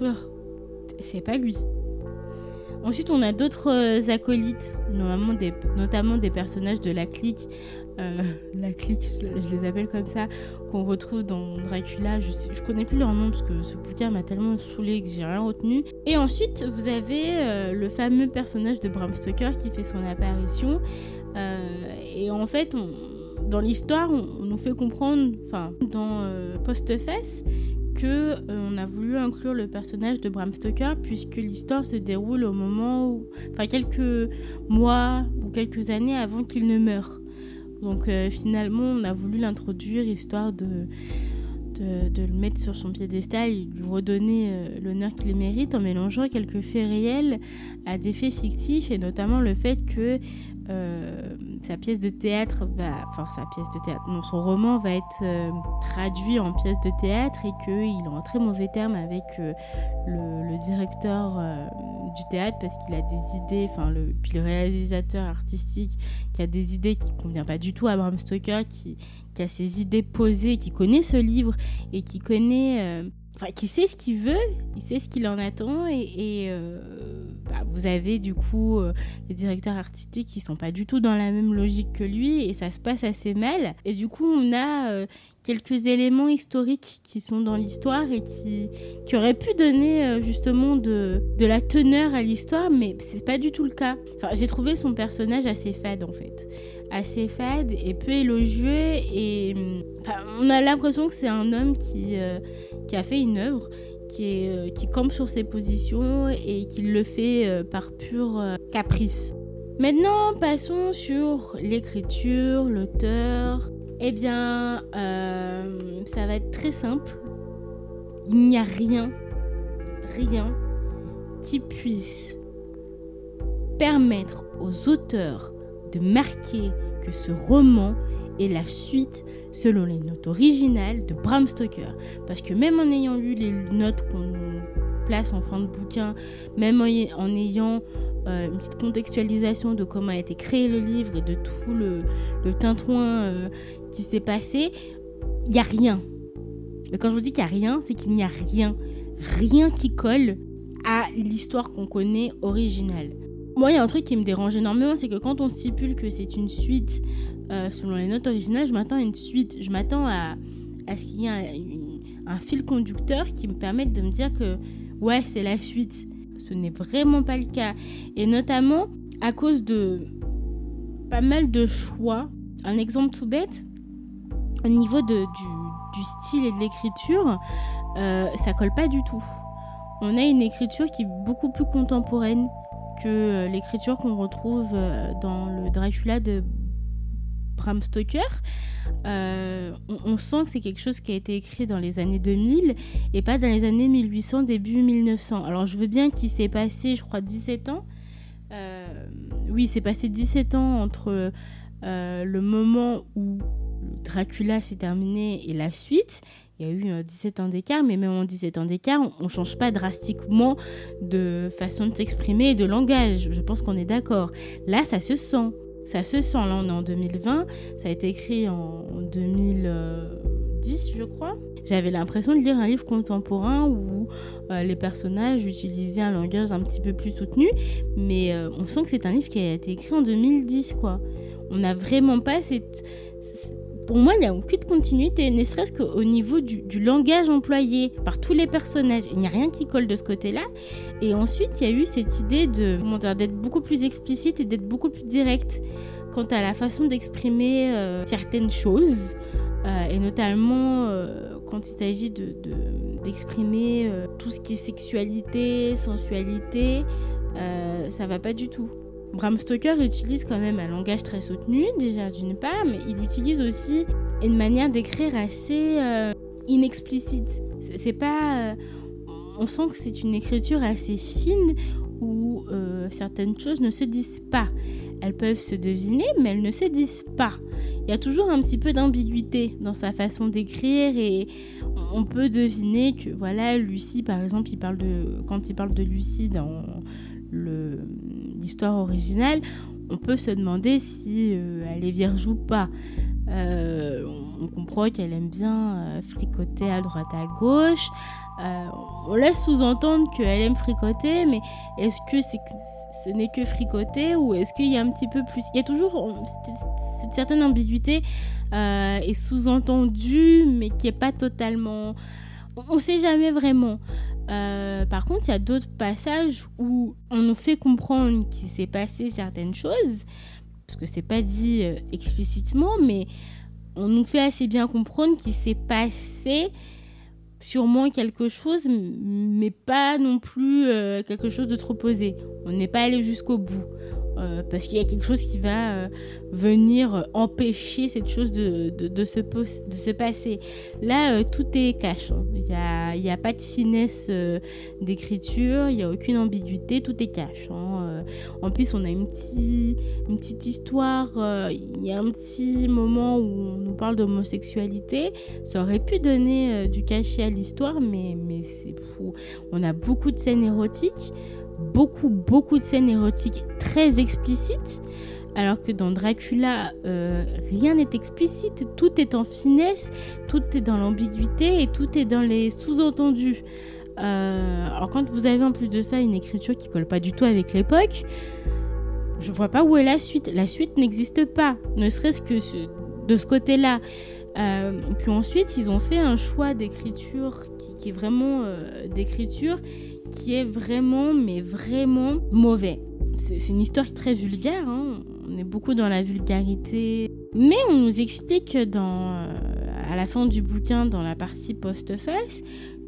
c'est pas lui. Ensuite, on a d'autres euh, acolytes, notamment des, notamment des personnages de la clique, euh, la clique, je, je les appelle comme ça, qu'on retrouve dans Dracula. Je, sais, je connais plus leur nom parce que ce bouquin m'a tellement saoulé que j'ai rien retenu. Et ensuite, vous avez euh, le fameux personnage de Bram Stoker qui fait son apparition. Euh, et en fait, on, dans l'histoire, on, on nous fait comprendre, enfin, dans euh, Postface, que euh, on a voulu inclure le personnage de Bram Stoker puisque l'histoire se déroule au moment où, enfin quelques mois ou quelques années avant qu'il ne meure. Donc euh, finalement, on a voulu l'introduire histoire de, de, de le mettre sur son piédestal et lui redonner euh, l'honneur qu'il mérite en mélangeant quelques faits réels à des faits fictifs et notamment le fait que euh, sa pièce de théâtre va, enfin sa pièce de théâtre, non, son roman va être euh, traduit en pièce de théâtre et qu'il est en très mauvais termes avec euh, le, le directeur euh, du théâtre parce qu'il a des idées, enfin le, puis le réalisateur artistique qui a des idées qui ne conviennent pas du tout à Bram Stoker, qui, qui a ses idées posées, qui connaît ce livre et qui connaît... Euh, Enfin, qui sait ce qu'il veut, il sait ce qu'il en attend et, et euh, bah, vous avez du coup euh, des directeurs artistiques qui sont pas du tout dans la même logique que lui et ça se passe assez mal. Et du coup, on a euh, quelques éléments historiques qui sont dans l'histoire et qui, qui auraient pu donner euh, justement de, de la teneur à l'histoire, mais c'est pas du tout le cas. Enfin, j'ai trouvé son personnage assez fade en fait. assez fade et peu élogieux et enfin, on a l'impression que c'est un homme qui, euh, qui a fait une œuvre qui, est, euh, qui campe sur ses positions et qui le fait euh, par pur euh, caprice. Maintenant, passons sur l'écriture, l'auteur. Eh bien, euh, ça va être très simple. Il n'y a rien, rien qui puisse permettre aux auteurs de marquer que ce roman est la suite selon les notes originales de Bram Stoker. Parce que même en ayant lu les notes qu'on place en fin de bouquin, même en, en ayant euh, une petite contextualisation de comment a été créé le livre et de tout le, le tintouin euh, qui s'est passé, il n'y a rien. Mais quand je vous dis qu'il n'y a rien, c'est qu'il n'y a rien. Rien qui colle à l'histoire qu'on connaît originale. Moi, il y a un truc qui me dérange énormément, c'est que quand on stipule que c'est une suite euh, selon les notes originales, je m'attends à une suite. Je m'attends à, à ce qu'il y ait un, un fil conducteur qui me permette de me dire que ouais, c'est la suite. Ce n'est vraiment pas le cas. Et notamment à cause de pas mal de choix. Un exemple tout bête, au niveau de, du, du style et de l'écriture, euh, ça colle pas du tout. On a une écriture qui est beaucoup plus contemporaine que l'écriture qu'on retrouve dans le Dracula de Bram Stoker. Euh, on, on sent que c'est quelque chose qui a été écrit dans les années deux mille et pas dans les années mille huit cents, début mille neuf cents. Alors je veux bien qu'il s'est passé, je crois, dix-sept ans. Euh, oui, il s'est passé dix-sept ans entre euh, le moment où Dracula s'est terminé et la suite. Il y a eu euh, dix-sept ans d'écart, mais même en dix-sept ans d'écart, on ne change pas drastiquement de façon de s'exprimer et de langage. Je pense qu'on est d'accord. Là, ça se sent. Ça se sent. Là, on est en deux mille vingt. Ça a été écrit en deux mille dix, je crois. J'avais l'impression de lire un livre contemporain où euh, les personnages utilisaient un langage un petit peu plus soutenu. Mais euh, on sent que c'est un livre qui a été écrit en deux mille dix, quoi. On n'a vraiment pas cette... Pour moi, il n'y a aucune continuité, ne serait-ce qu'au niveau du, du langage employé par tous les personnages. Il n'y a rien qui colle de ce côté-là. Et ensuite, il y a eu cette idée de, comment dire, d'être beaucoup plus explicite et d'être beaucoup plus direct quant à la façon d'exprimer euh, certaines choses. Euh, et notamment euh, quand il s'agit de, de, d'exprimer euh, tout ce qui est sexualité, sensualité, euh, ça ne va pas du tout. Bram Stoker utilise quand même un langage très soutenu, déjà d'une part, mais il utilise aussi une manière d'écrire assez euh, inexplicite. C'est, c'est pas... Euh, on sent que c'est une écriture assez fine où euh, certaines choses ne se disent pas. Elles peuvent se deviner, mais elles ne se disent pas. Il y a toujours un petit peu d'ambiguïté dans sa façon d'écrire et on peut deviner que, voilà, Lucie, par exemple, il parle de, quand il parle de Lucie dans... Le, l'histoire originale, on peut se demander si euh, elle est vierge ou pas. Euh, on, on comprend qu'elle aime bien euh, fricoter à droite à gauche. Euh, on laisse sous-entendre qu'elle aime fricoter, mais est-ce que c'est, ce n'est que fricoter ou est-ce qu'il y a un petit peu plus... Il y a toujours cette certaine ambiguïté euh, est sous-entendue, mais qui n'est pas totalement... On ne sait jamais vraiment. Euh, par contre, il y a d'autres passages où on nous fait comprendre qu'il s'est passé certaines choses, parce que c'est pas dit euh, explicitement, mais on nous fait assez bien comprendre qu'il s'est passé sûrement quelque chose, mais pas non plus euh, quelque chose de trop posé. On n'est pas allé jusqu'au bout. euh, parce qu'il y a quelque chose qui va euh, venir empêcher cette chose de, de, de, se, de se passer. Là, euh, tout est cash. Hein. Il n'y a, y a pas de finesse euh, d'écriture, il n'y a aucune ambiguïté, tout est cash. Hein. Euh, en plus, on a une, petit, une petite histoire, il euh, y a un petit moment où on nous parle d'homosexualité. Ça aurait pu donner euh, du cachet à l'histoire, mais, mais c'est fou. On a beaucoup de scènes érotiques, beaucoup, beaucoup de scènes érotiques très explicites, alors que dans Dracula, euh, rien n'est explicite, tout est en finesse, tout est dans l'ambiguïté et tout est dans les sous-entendus. Euh, alors quand vous avez en plus de ça une écriture qui colle pas du tout avec l'époque, je vois pas où est la suite. La suite n'existe pas, ne serait-ce que ce, de ce côté-là. Euh, puis ensuite, ils ont fait un choix d'écriture qui, qui est vraiment euh, d'écriture qui est vraiment, mais vraiment mauvais. C'est, c'est une histoire très vulgaire, hein. On est beaucoup dans la vulgarité. Mais on nous explique dans, euh, à la fin du bouquin, dans la partie post-face,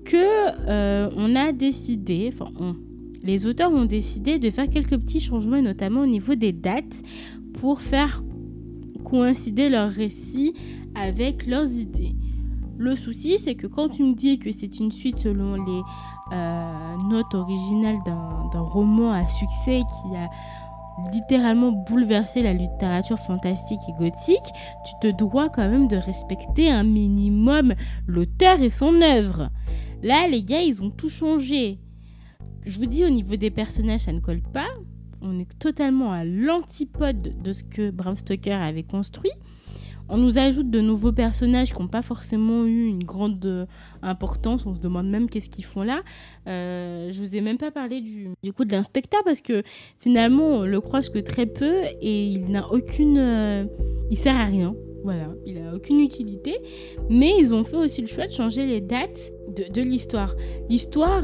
que euh, on a décidé, enfin on, les auteurs ont décidé de faire quelques petits changements, notamment au niveau des dates, pour faire coïncider leurs récits avec leurs idées. Le souci, c'est que quand tu me dis que c'est une suite selon les euh, notes originales d'un, d'un roman à succès qui a littéralement bouleversé la littérature fantastique et gothique, tu te dois quand même de respecter un minimum l'auteur et son œuvre. Là, les gars, ils ont tout changé. Je vous dis, au niveau des personnages, ça ne colle pas. On est totalement à l'antipode de ce que Bram Stoker avait construit. On nous ajoute de nouveaux personnages qui n'ont pas forcément eu une grande euh, importance. On se demande même qu'est-ce qu'ils font là. Euh, je vous ai même pas parlé du, du coup de l'inspecteur parce que finalement on le croise que très peu et il n'a aucune, euh, il sert à rien. Voilà, il a aucune utilité. Mais ils ont fait aussi le choix de changer les dates de, de l'histoire. L'histoire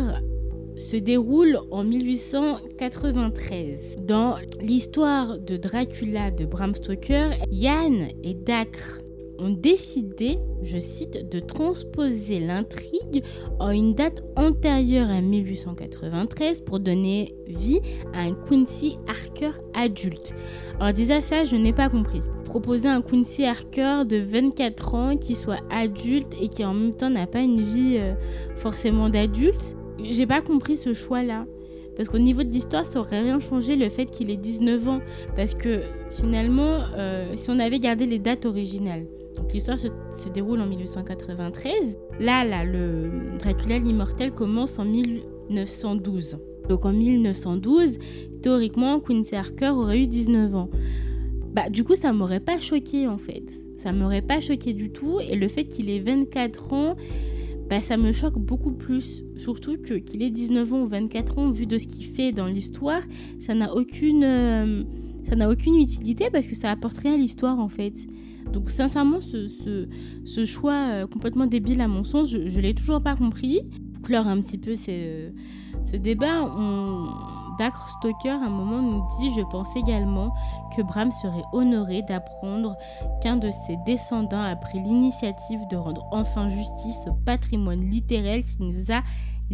se déroule en mille huit cent quatre-vingt-treize. Dans l'histoire de Dracula de Bram Stoker, Yann et Dacre ont décidé, je cite, de transposer l'intrigue en une date antérieure à mille huit cent quatre-vingt-treize pour donner vie à un Quincy Harker adulte. Alors déjà ça, je n'ai pas compris. Proposer un Quincy Harker de vingt-quatre ans qui soit adulte et qui en même temps n'a pas une vie euh, forcément d'adulte. J'ai pas compris ce choix-là. Parce qu'au niveau de l'histoire, ça aurait rien changé le fait qu'il ait dix-neuf ans. Parce que finalement, euh, si on avait gardé les dates originales, donc l'histoire se, se déroule en mille huit cent quatre-vingt-treize. Là, là, le Dracula l'immortel commence en mille neuf cent douze. Donc en mille neuf cent douze, théoriquement, Quincy Harker aurait eu dix-neuf ans. Bah, du coup, ça m'aurait pas choqué en fait. Ça m'aurait pas choqué du tout. Et le fait qu'il ait vingt-quatre ans, bah, ça me choque beaucoup plus. Surtout que, qu'il ait dix-neuf ans ou vingt-quatre ans, vu de ce qu'il fait dans l'histoire, ça n'a aucune, euh, ça n'a aucune utilité parce que ça apporte rien à l'histoire en fait. Donc sincèrement, ce, ce, ce choix euh, complètement débile à mon sens, je ne l'ai toujours pas compris. Pour clore un petit peu ce, ce débat, on... Dacre Stoker à un moment nous dit « Je pense également que Bram serait honoré d'apprendre qu'un de ses descendants a pris l'initiative de rendre enfin justice au patrimoine littéraire qu'il nous a légué. »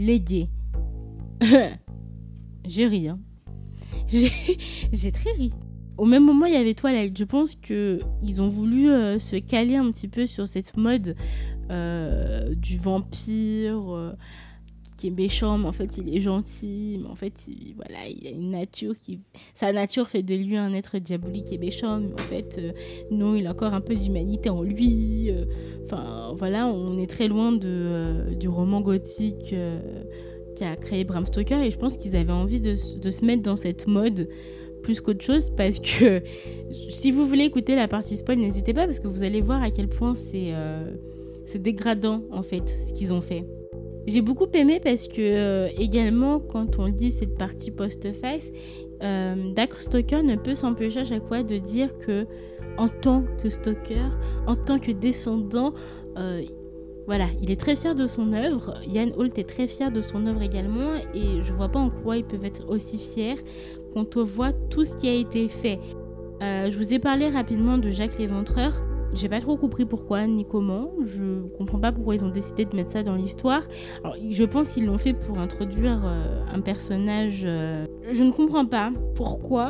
J'ai ri, hein. J'ai, j'ai très ri. Au même moment, il y avait Twilight. Je pense qu'ils ont voulu euh, se caler un petit peu sur cette mode euh, du vampire... Euh, qui est méchant, mais en fait il est gentil, mais en fait il, voilà, il a une nature qui... Sa nature fait de lui un être diabolique et méchant, mais en fait euh, non, il a encore un peu d'humanité en lui. Euh, enfin voilà, on est très loin de, euh, du roman gothique euh, qu'a créé Bram Stoker et je pense qu'ils avaient envie de, de se mettre dans cette mode plus qu'autre chose parce que si vous voulez écouter la partie spoil, n'hésitez pas parce que vous allez voir à quel point c'est, euh, c'est dégradant en fait ce qu'ils ont fait. J'ai beaucoup aimé parce que euh, également quand on lit cette partie post-face, euh, Dacre Stoker ne peut s'empêcher à chaque fois de dire que en tant que Stoker, en tant que descendant, euh, voilà, il est très fier de son œuvre. Ian Holt est très fier de son œuvre également et je vois pas en quoi ils peuvent être aussi fiers quand on voit tout ce qui a été fait. Euh, je vous ai parlé rapidement de Jacques l'Éventreur. J'ai pas trop compris pourquoi ni comment. Je comprends pas pourquoi ils ont décidé de mettre ça dans l'histoire. Alors, je pense qu'ils l'ont fait pour introduire euh, un personnage. Euh... Je ne comprends pas pourquoi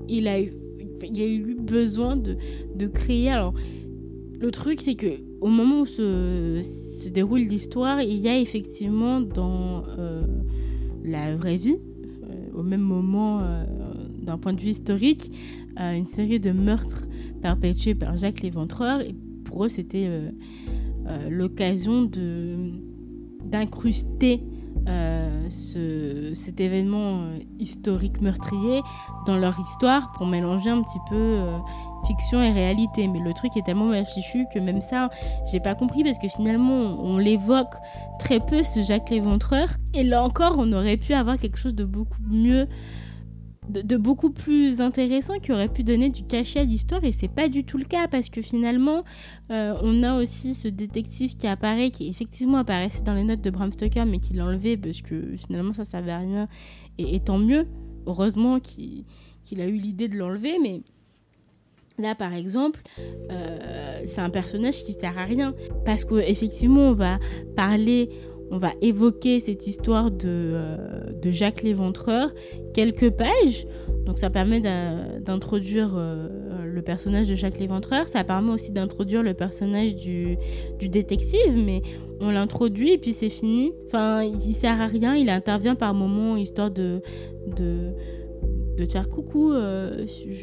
il a eu, il a eu besoin de, de créer. Alors, le truc, c'est que au moment où se, se déroule l'histoire, il y a effectivement dans euh, la vraie vie, euh, au même moment, euh, d'un point de vue historique, euh, une série de meurtres perpétués par Jacques l'Éventreur. Et pour eux, c'était euh, euh, l'occasion de, d'incruster euh, ce, cet événement euh, historique meurtrier dans leur histoire pour mélanger un petit peu euh, fiction et réalité. Mais le truc est tellement mal fichu que même ça, j'ai pas compris, parce que finalement, on l'évoque très peu, ce Jacques l'Éventreur. Et là encore, on aurait pu avoir quelque chose de beaucoup mieux, de, de beaucoup plus intéressant, qui aurait pu donner du cachet à l'histoire, et c'est pas du tout le cas, parce que finalement euh, on a aussi ce détective qui apparaît, qui effectivement apparaissait dans les notes de Bram Stoker, mais qui l'a enlevé parce que finalement ça servait à rien, et, et tant mieux, heureusement qu'il, qu'il a eu l'idée de l'enlever. Mais là par exemple euh, c'est un personnage qui sert à rien, parce qu'effectivement on va parler, on va évoquer cette histoire de, euh, de Jacques l'Éventreur, quelques pages, donc ça permet d'introduire euh, le personnage de Jacques l'Éventreur, ça permet aussi d'introduire le personnage du, du détective, mais on l'introduit et puis c'est fini. Enfin, il sert à rien, il intervient par moments, histoire de, de, de te faire coucou, euh,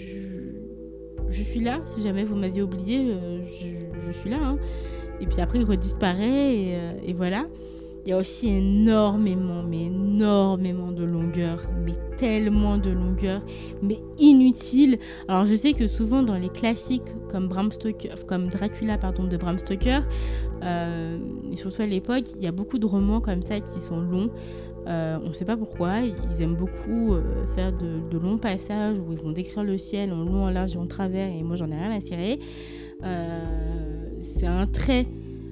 je, je suis là, si jamais vous m'aviez oublié, euh, je, je suis là, hein. Et puis après il redisparaît et, euh, et voilà. Il y a aussi énormément, mais énormément de longueur, mais tellement de longueur, mais inutile. Alors je sais que souvent dans les classiques comme Bram Stoker, comme Dracula pardon, de Bram Stoker, euh, et surtout à l'époque, il y a beaucoup de romans comme ça qui sont longs. Euh, on ne sait pas pourquoi, ils aiment beaucoup euh, faire de, de longs passages où ils vont décrire le ciel en long, en large et en travers, et moi j'en ai rien à cirer. Euh, c'est un trait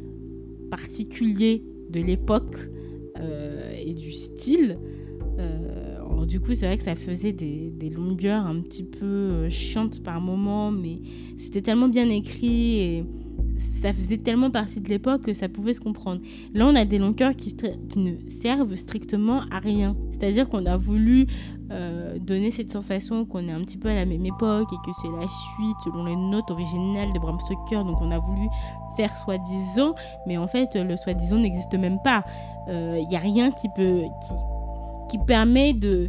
particulier de l'époque euh, et du style. Euh, alors, du coup, c'est vrai que ça faisait des, des longueurs un petit peu euh, chiantes par moments, mais c'était tellement bien écrit et ça faisait tellement partie de l'époque que ça pouvait se comprendre. Là, on a des longueurs qui, qui ne servent strictement à rien. C'est-à-dire qu'on a voulu euh, donner cette sensation qu'on est un petit peu à la même époque et que c'est la suite selon les notes originales de Bram Stoker. Donc, on a voulu faire soi-disant, mais en fait, le soi-disant n'existe même pas. Il euh, n'y a rien qui peut, qui, qui permet de...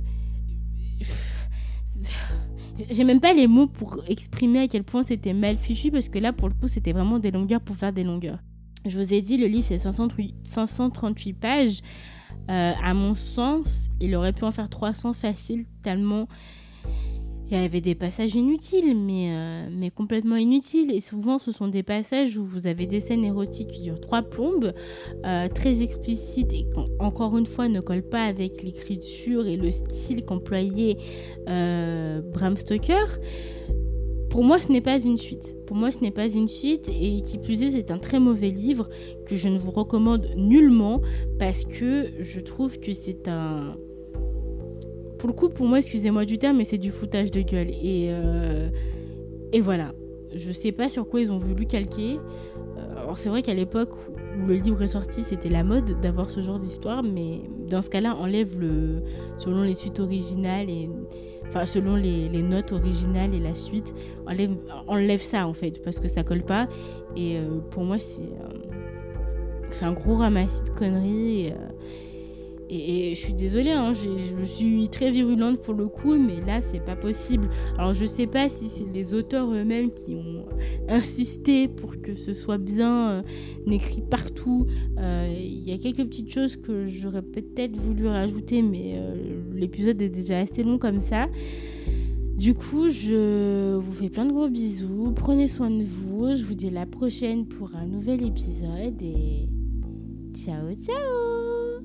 J'ai même pas les mots pour exprimer à quel point c'était mal fichu, parce que là, pour le coup, c'était vraiment des longueurs pour faire des longueurs. Je vous ai dit, le livre, c'est cinq cent trente-huit pages. Euh, à mon sens, il aurait pu en faire trois cents facile, tellement il y avait des passages inutiles, mais, euh, mais complètement inutiles. Et souvent, ce sont des passages où vous avez des scènes érotiques qui durent trois plombes, euh, très explicites, et qui, encore une fois, ne collent pas avec l'écriture et le style qu'employait euh, Bram Stoker. Pour moi, ce n'est pas une suite. Pour moi, ce n'est pas une suite, et qui plus est, c'est un très mauvais livre que je ne vous recommande nullement, parce que je trouve que c'est un... Pour le coup, pour moi, excusez-moi du terme, mais c'est du foutage de gueule. Et, euh, et voilà. Je sais pas sur quoi ils ont voulu calquer. Alors, c'est vrai qu'à l'époque où le livre est sorti, c'était la mode d'avoir ce genre d'histoire, mais dans ce cas-là, enlève le... selon les suites originales et... Enfin, selon les, les notes originales et la suite, enlève, enlève ça, en fait, parce que ça colle pas. Et euh, pour moi, c'est... Euh, c'est un gros ramassis de conneries. Et, euh, Et, et je suis désolée, hein, je suis très virulente pour le coup, mais là, c'est pas possible. Alors, je sais pas si c'est les auteurs eux-mêmes qui ont insisté pour que ce soit bien euh, écrit partout. Il euh, y a quelques petites choses que j'aurais peut-être voulu rajouter, mais euh, l'épisode est déjà assez long comme ça. Du coup, je vous fais plein de gros bisous. Prenez soin de vous. Je vous dis à la prochaine pour un nouvel épisode et ciao, ciao!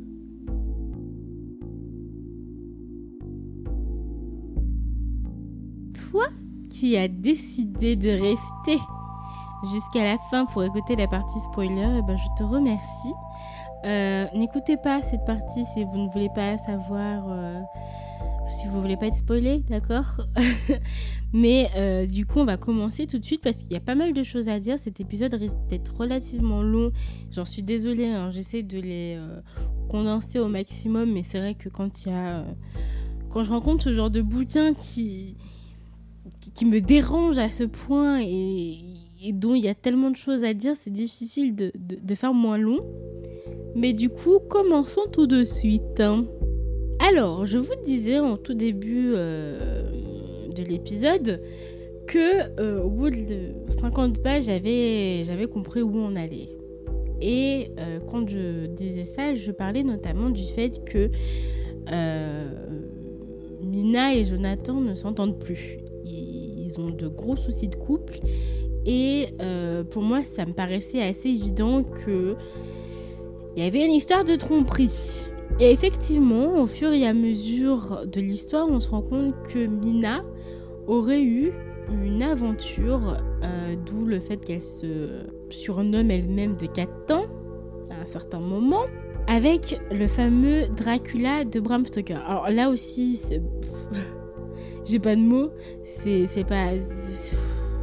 Toi qui as décidé de rester jusqu'à la fin pour écouter la partie spoiler, eh ben je te remercie. Euh, n'écoutez pas cette partie si vous ne voulez pas savoir, euh, si vous ne voulez pas être spoilé, d'accord? Mais euh, du coup, on va commencer tout de suite parce qu'il y a pas mal de choses à dire. Cet épisode risque d'être relativement long. J'en suis désolée, hein, j'essaie de les euh, condenser au maximum, mais c'est vrai que quand il y a... Euh, quand je rencontre ce genre de bouquin qui... qui, qui me dérange à ce point et, et dont il y a tellement de choses à dire, c'est difficile de, de, de faire moins long. Mais du coup, commençons tout de suite. Alors, je vous disais en tout début euh, de l'épisode que euh, au bout de cinquante pages, j'avais, j'avais compris où on allait. Et euh, quand je disais ça, je parlais notamment du fait que euh, Mina et Jonathan ne s'entendent plus. Ils, ils ont de gros soucis de couple. Et euh, pour moi, ça me paraissait assez évident qu'il y avait une histoire de tromperie. Et effectivement, au fur et à mesure de l'histoire, on se rend compte que Mina aurait eu une aventure, euh, d'où le fait qu'elle se surnomme elle-même de Catan à un certain moment, avec le fameux Dracula de Bram Stoker. Alors là aussi, c'est... j'ai pas de mots, c'est, c'est pas... C'est...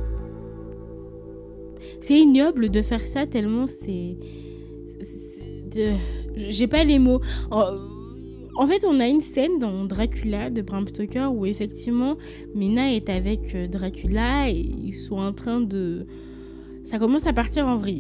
c'est ignoble de faire ça tellement c'est... c'est de... j'ai pas les mots. En fait, on a une scène dans Dracula de Bram Stoker où effectivement Mina est avec Dracula et ils sont en train de... ça commence à partir en vrille.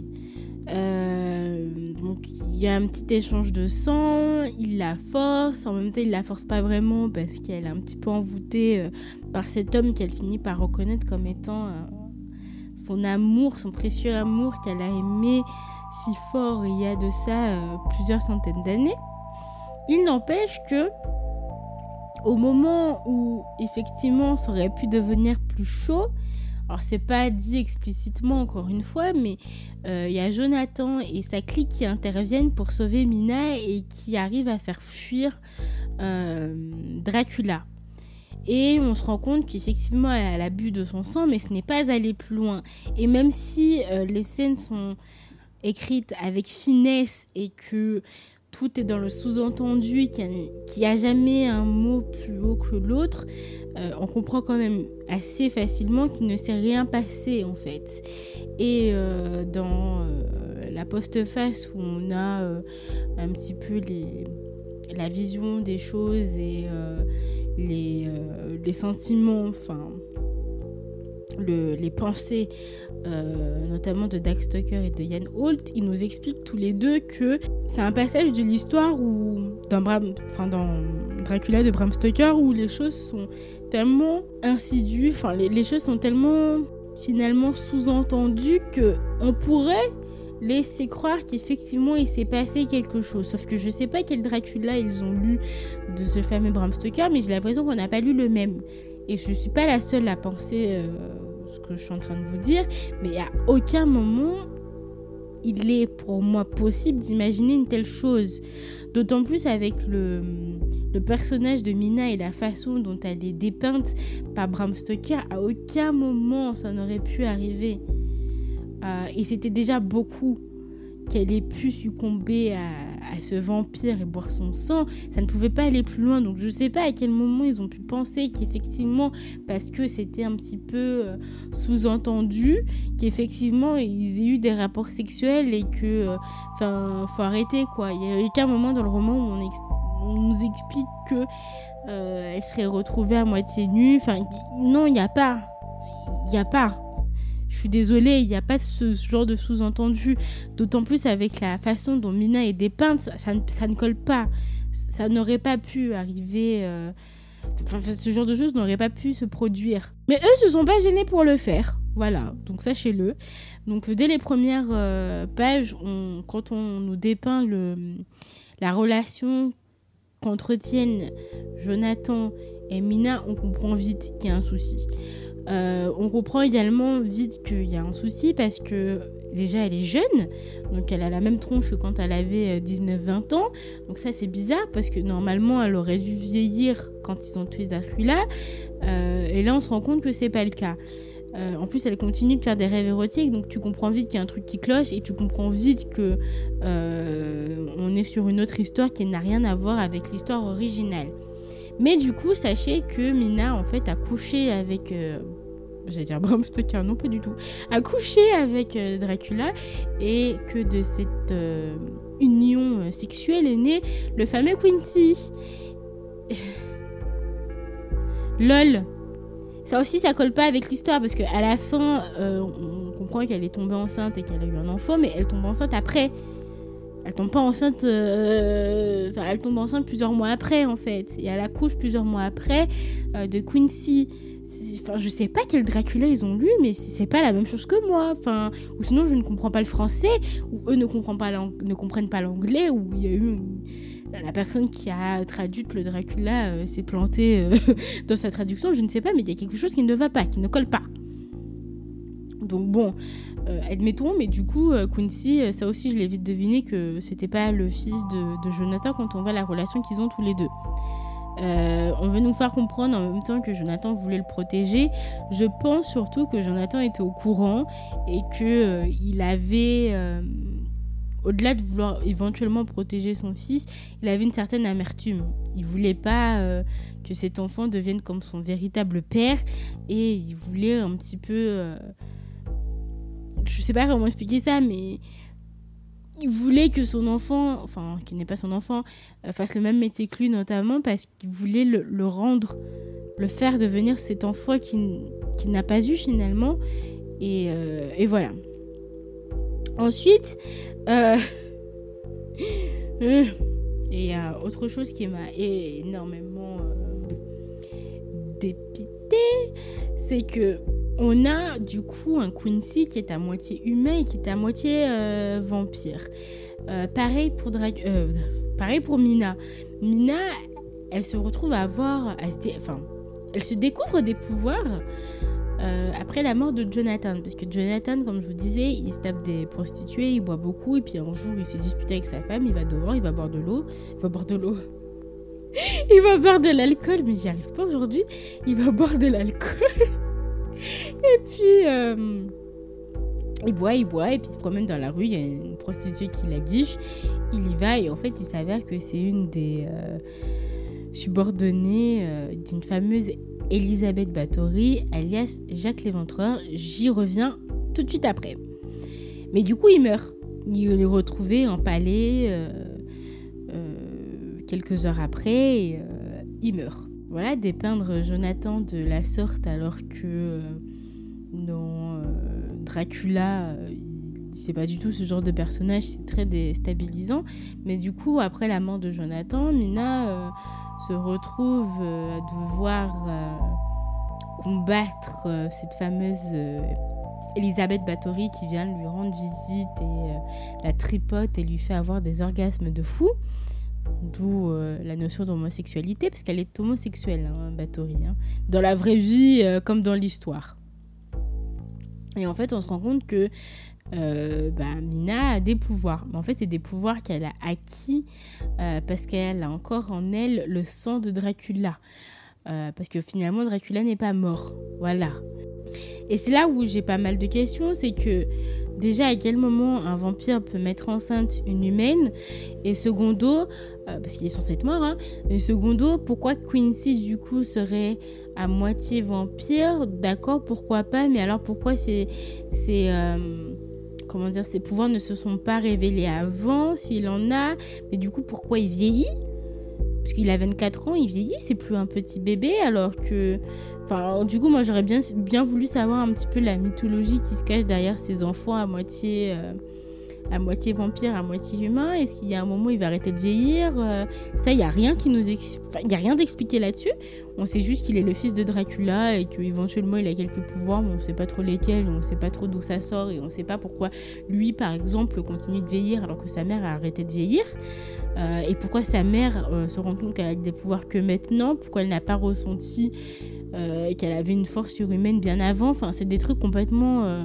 Euh, donc il y a un petit échange de sang, il la force, en même temps il la force pas vraiment parce qu'elle est un petit peu envoûtée euh, par cet homme qu'elle finit par reconnaître comme étant euh, son amour, son précieux amour qu'elle a aimé si fort il y a de ça euh, plusieurs centaines d'années. Il n'empêche que au moment où effectivement ça aurait pu devenir plus chaud, alors c'est pas dit explicitement encore une fois, mais il euh, y a Jonathan et sa clique qui interviennent pour sauver Mina et qui arrivent à faire fuir euh, Dracula. Et on se rend compte qu'effectivement elle a bu de son sang, mais ce n'est pas allé plus loin. Et même si euh, les scènes sont écrites avec finesse et que tout est dans le sous-entendu, qu'il n'y a, a jamais un mot plus haut que l'autre, euh, on comprend quand même assez facilement qu'il ne s'est rien passé en fait. Et euh, dans euh, la postface où on a euh, un petit peu les, la vision des choses et euh, les, euh, les sentiments, enfin le, les pensées, Euh, notamment de Dag Stoker et de Ian Holt, ils nous expliquent tous les deux que c'est un passage de l'histoire où, dans, Bram, enfin, dans Dracula de Bram Stoker, où les choses sont tellement insidieuses, enfin les, les choses sont tellement finalement sous-entendues qu'on pourrait laisser croire qu'effectivement il s'est passé quelque chose. Sauf que je sais pas quel Dracula ils ont lu de ce fameux Bram Stoker, mais j'ai l'impression qu'on n'a pas lu le même. Et je suis pas la seule à penser euh, ce que je suis en train de vous dire, mais à aucun moment il est pour moi possible d'imaginer une telle chose. D'autant plus avec le, le personnage de Mina et la façon dont elle est dépeinte par Bram Stoker, à aucun moment ça n'aurait pu arriver. Euh, et c'était déjà beaucoup qu'elle ait pu succomber à, à ce vampire et boire son sang. Ça ne pouvait pas aller plus loin. Donc je sais pas à quel moment ils ont pu penser qu'effectivement, parce que c'était un petit peu euh, sous-entendu, qu'effectivement ils aient eu des rapports sexuels et que enfin euh, faut arrêter quoi. Il y a aucun moment dans le roman où on, ex- on nous explique que euh, elle serait retrouvée à moitié nue. Enfin non, il n'y a pas. Il n'y a pas. Je suis désolée, il n'y a pas ce, ce genre de sous-entendu. D'autant plus avec la façon dont Mina est dépeinte, ça, ça, ça ne colle pas. Ça n'aurait pas pu arriver... Euh... Enfin, ce genre de choses n'aurait pas pu se produire. Mais eux se sont pas gênés pour le faire. Voilà, donc sachez-le. Donc dès les premières euh, pages, on, quand on nous dépeint le, la relation qu'entretiennent Jonathan et Mina, on comprend vite qu'il y a un souci. Euh, on comprend également vite qu'il y a un souci parce que déjà elle est jeune, donc elle a la même tronche que quand elle avait dix-neuf vingt ans, donc ça c'est bizarre parce que normalement elle aurait dû vieillir quand ils ont tué Dracula, euh, et là on se rend compte que c'est pas le cas. Euh, en plus elle continue de faire des rêves érotiques, donc tu comprends vite qu'il y a un truc qui cloche et tu comprends vite que euh, on est sur une autre histoire qui n'a rien à voir avec l'histoire originale. Mais du coup, sachez que Mina, en fait, a couché avec... Euh, j'allais dire Bram Stoker, non, pas du tout. A couché avec euh, Dracula et que de cette euh, union euh, sexuelle est né le fameux Quincy. Lol. ça aussi, ça colle pas avec l'histoire parce qu'à la fin, euh, on comprend qu'elle est tombée enceinte et qu'elle a eu un enfant, mais elle tombe enceinte après. Elle tombe pas enceinte... Euh... Enfin, elle tombe enceinte plusieurs mois après, en fait. Et elle accouche plusieurs mois après euh, de Quincy. C'est... Enfin, je sais pas quel Dracula ils ont lu, mais c'est pas la même chose que moi. Enfin, ou sinon, je ne comprends pas le français, ou eux ne comprennent pas, l'ang... ne comprennent pas l'anglais, ou il y a eu... Une... La personne qui a traduit le Dracula euh, s'est plantée euh, dans sa traduction, je ne sais pas, mais il y a quelque chose qui ne va pas, qui ne colle pas. Donc bon, euh, admettons, mais du coup, euh, Quincy, euh, ça aussi je l'ai vite deviné que c'était pas le fils de, de Jonathan quand on voit la relation qu'ils ont tous les deux. Euh, on veut nous faire comprendre en même temps que Jonathan voulait le protéger. Je pense surtout que Jonathan était au courant et qu'il euh, avait... Euh, au-delà de vouloir éventuellement protéger son fils, il avait une certaine amertume. Il voulait pas euh, que cet enfant devienne comme son véritable père et il voulait un petit peu... Euh, je sais pas comment expliquer ça, mais il voulait que son enfant, enfin, qui n'est pas son enfant, euh, fasse le même métier que lui notamment parce qu'il voulait le, le rendre, le faire devenir cet enfant qu'il, qu'il n'a pas eu finalement. Et, euh, et voilà. Ensuite... Euh... Et il y a autre chose qui m'a énormément euh, dépité, c'est que on a du coup un Quincy qui est à moitié humain et qui est à moitié euh, vampire. Euh, pareil pour Dra- euh, pareil pour Mina. Mina, elle se retrouve à avoir, à se dé- enfin, elle se découvre des pouvoirs. Euh, après la mort de Jonathan, parce que Jonathan, comme je vous disais, il se tape des prostituées, il boit beaucoup, et puis un jour il s'est disputé avec sa femme, il va dehors, il va boire de l'eau, il va boire de l'eau, il va boire de l'alcool, mais j'y arrive pas aujourd'hui, il va boire de l'alcool, et puis euh, il boit, il boit, et puis il se promène dans la rue, il y a une prostituée qui la guiche, il y va, et en fait il s'avère que c'est une des euh, subordonnées euh, d'une fameuse Elisabeth Bathory, alias Jacques l'Éventreur. J'y reviens tout de suite après. Mais du coup, il meurt. Il est retrouvé empalé euh, euh, quelques heures après et euh, il meurt. Voilà, dépeindre Jonathan de la sorte alors que euh, dans euh, Dracula, euh, c'est pas du tout ce genre de personnage, c'est très déstabilisant. Mais du coup, après la mort de Jonathan, Mina... Euh, se retrouve euh, à devoir euh, combattre euh, cette fameuse euh, Elisabeth Bathory qui vient lui rendre visite et euh, la tripote et lui fait avoir des orgasmes de fou, d'où euh, la notion d'homosexualité, parce qu'elle est homosexuelle, hein, Bathory, hein, dans la vraie vie euh, comme dans l'histoire. Et en fait, on se rend compte que Euh, bah, Mina a des pouvoirs, mais en fait c'est des pouvoirs qu'elle a acquis euh, parce qu'elle a encore en elle le sang de Dracula, euh, parce que finalement Dracula n'est pas mort, voilà. Et c'est là où j'ai pas mal de questions, c'est que déjà à quel moment un vampire peut mettre enceinte une humaine, et secondo, euh, parce qu'il est censé être mort, hein, et secondo, pourquoi Quincy du coup serait à moitié vampire, d'accord, pourquoi pas, mais alors pourquoi c'est... c'est euh, comment dire, ses pouvoirs ne se sont pas révélés avant, s'il en a, mais du coup, pourquoi il vieillit ? Parce qu'il a vingt-quatre ans, il vieillit, c'est plus un petit bébé, alors que... Enfin, du coup, moi, j'aurais bien, bien voulu savoir un petit peu la mythologie qui se cache derrière ces enfants à moitié... Euh, à moitié vampire, à moitié humain. Est-ce qu'il y a un moment où il va arrêter de vieillir ? euh, Ça, il n'y a rien qui nous ex... enfin, il n'y a rien d'expliqué là-dessus. On sait juste qu'il est le fils de Dracula et qu'éventuellement il a quelques pouvoirs, mais on ne sait pas trop lesquels, on ne sait pas trop d'où ça sort et on ne sait pas pourquoi lui, par exemple, continue de vieillir alors que sa mère a arrêté de vieillir. Euh, et pourquoi sa mère euh, se rend compte qu'elle a des pouvoirs que maintenant, pourquoi elle n'a pas ressenti euh, qu'elle avait une force surhumaine bien avant. Enfin, c'est des trucs complètement... Euh,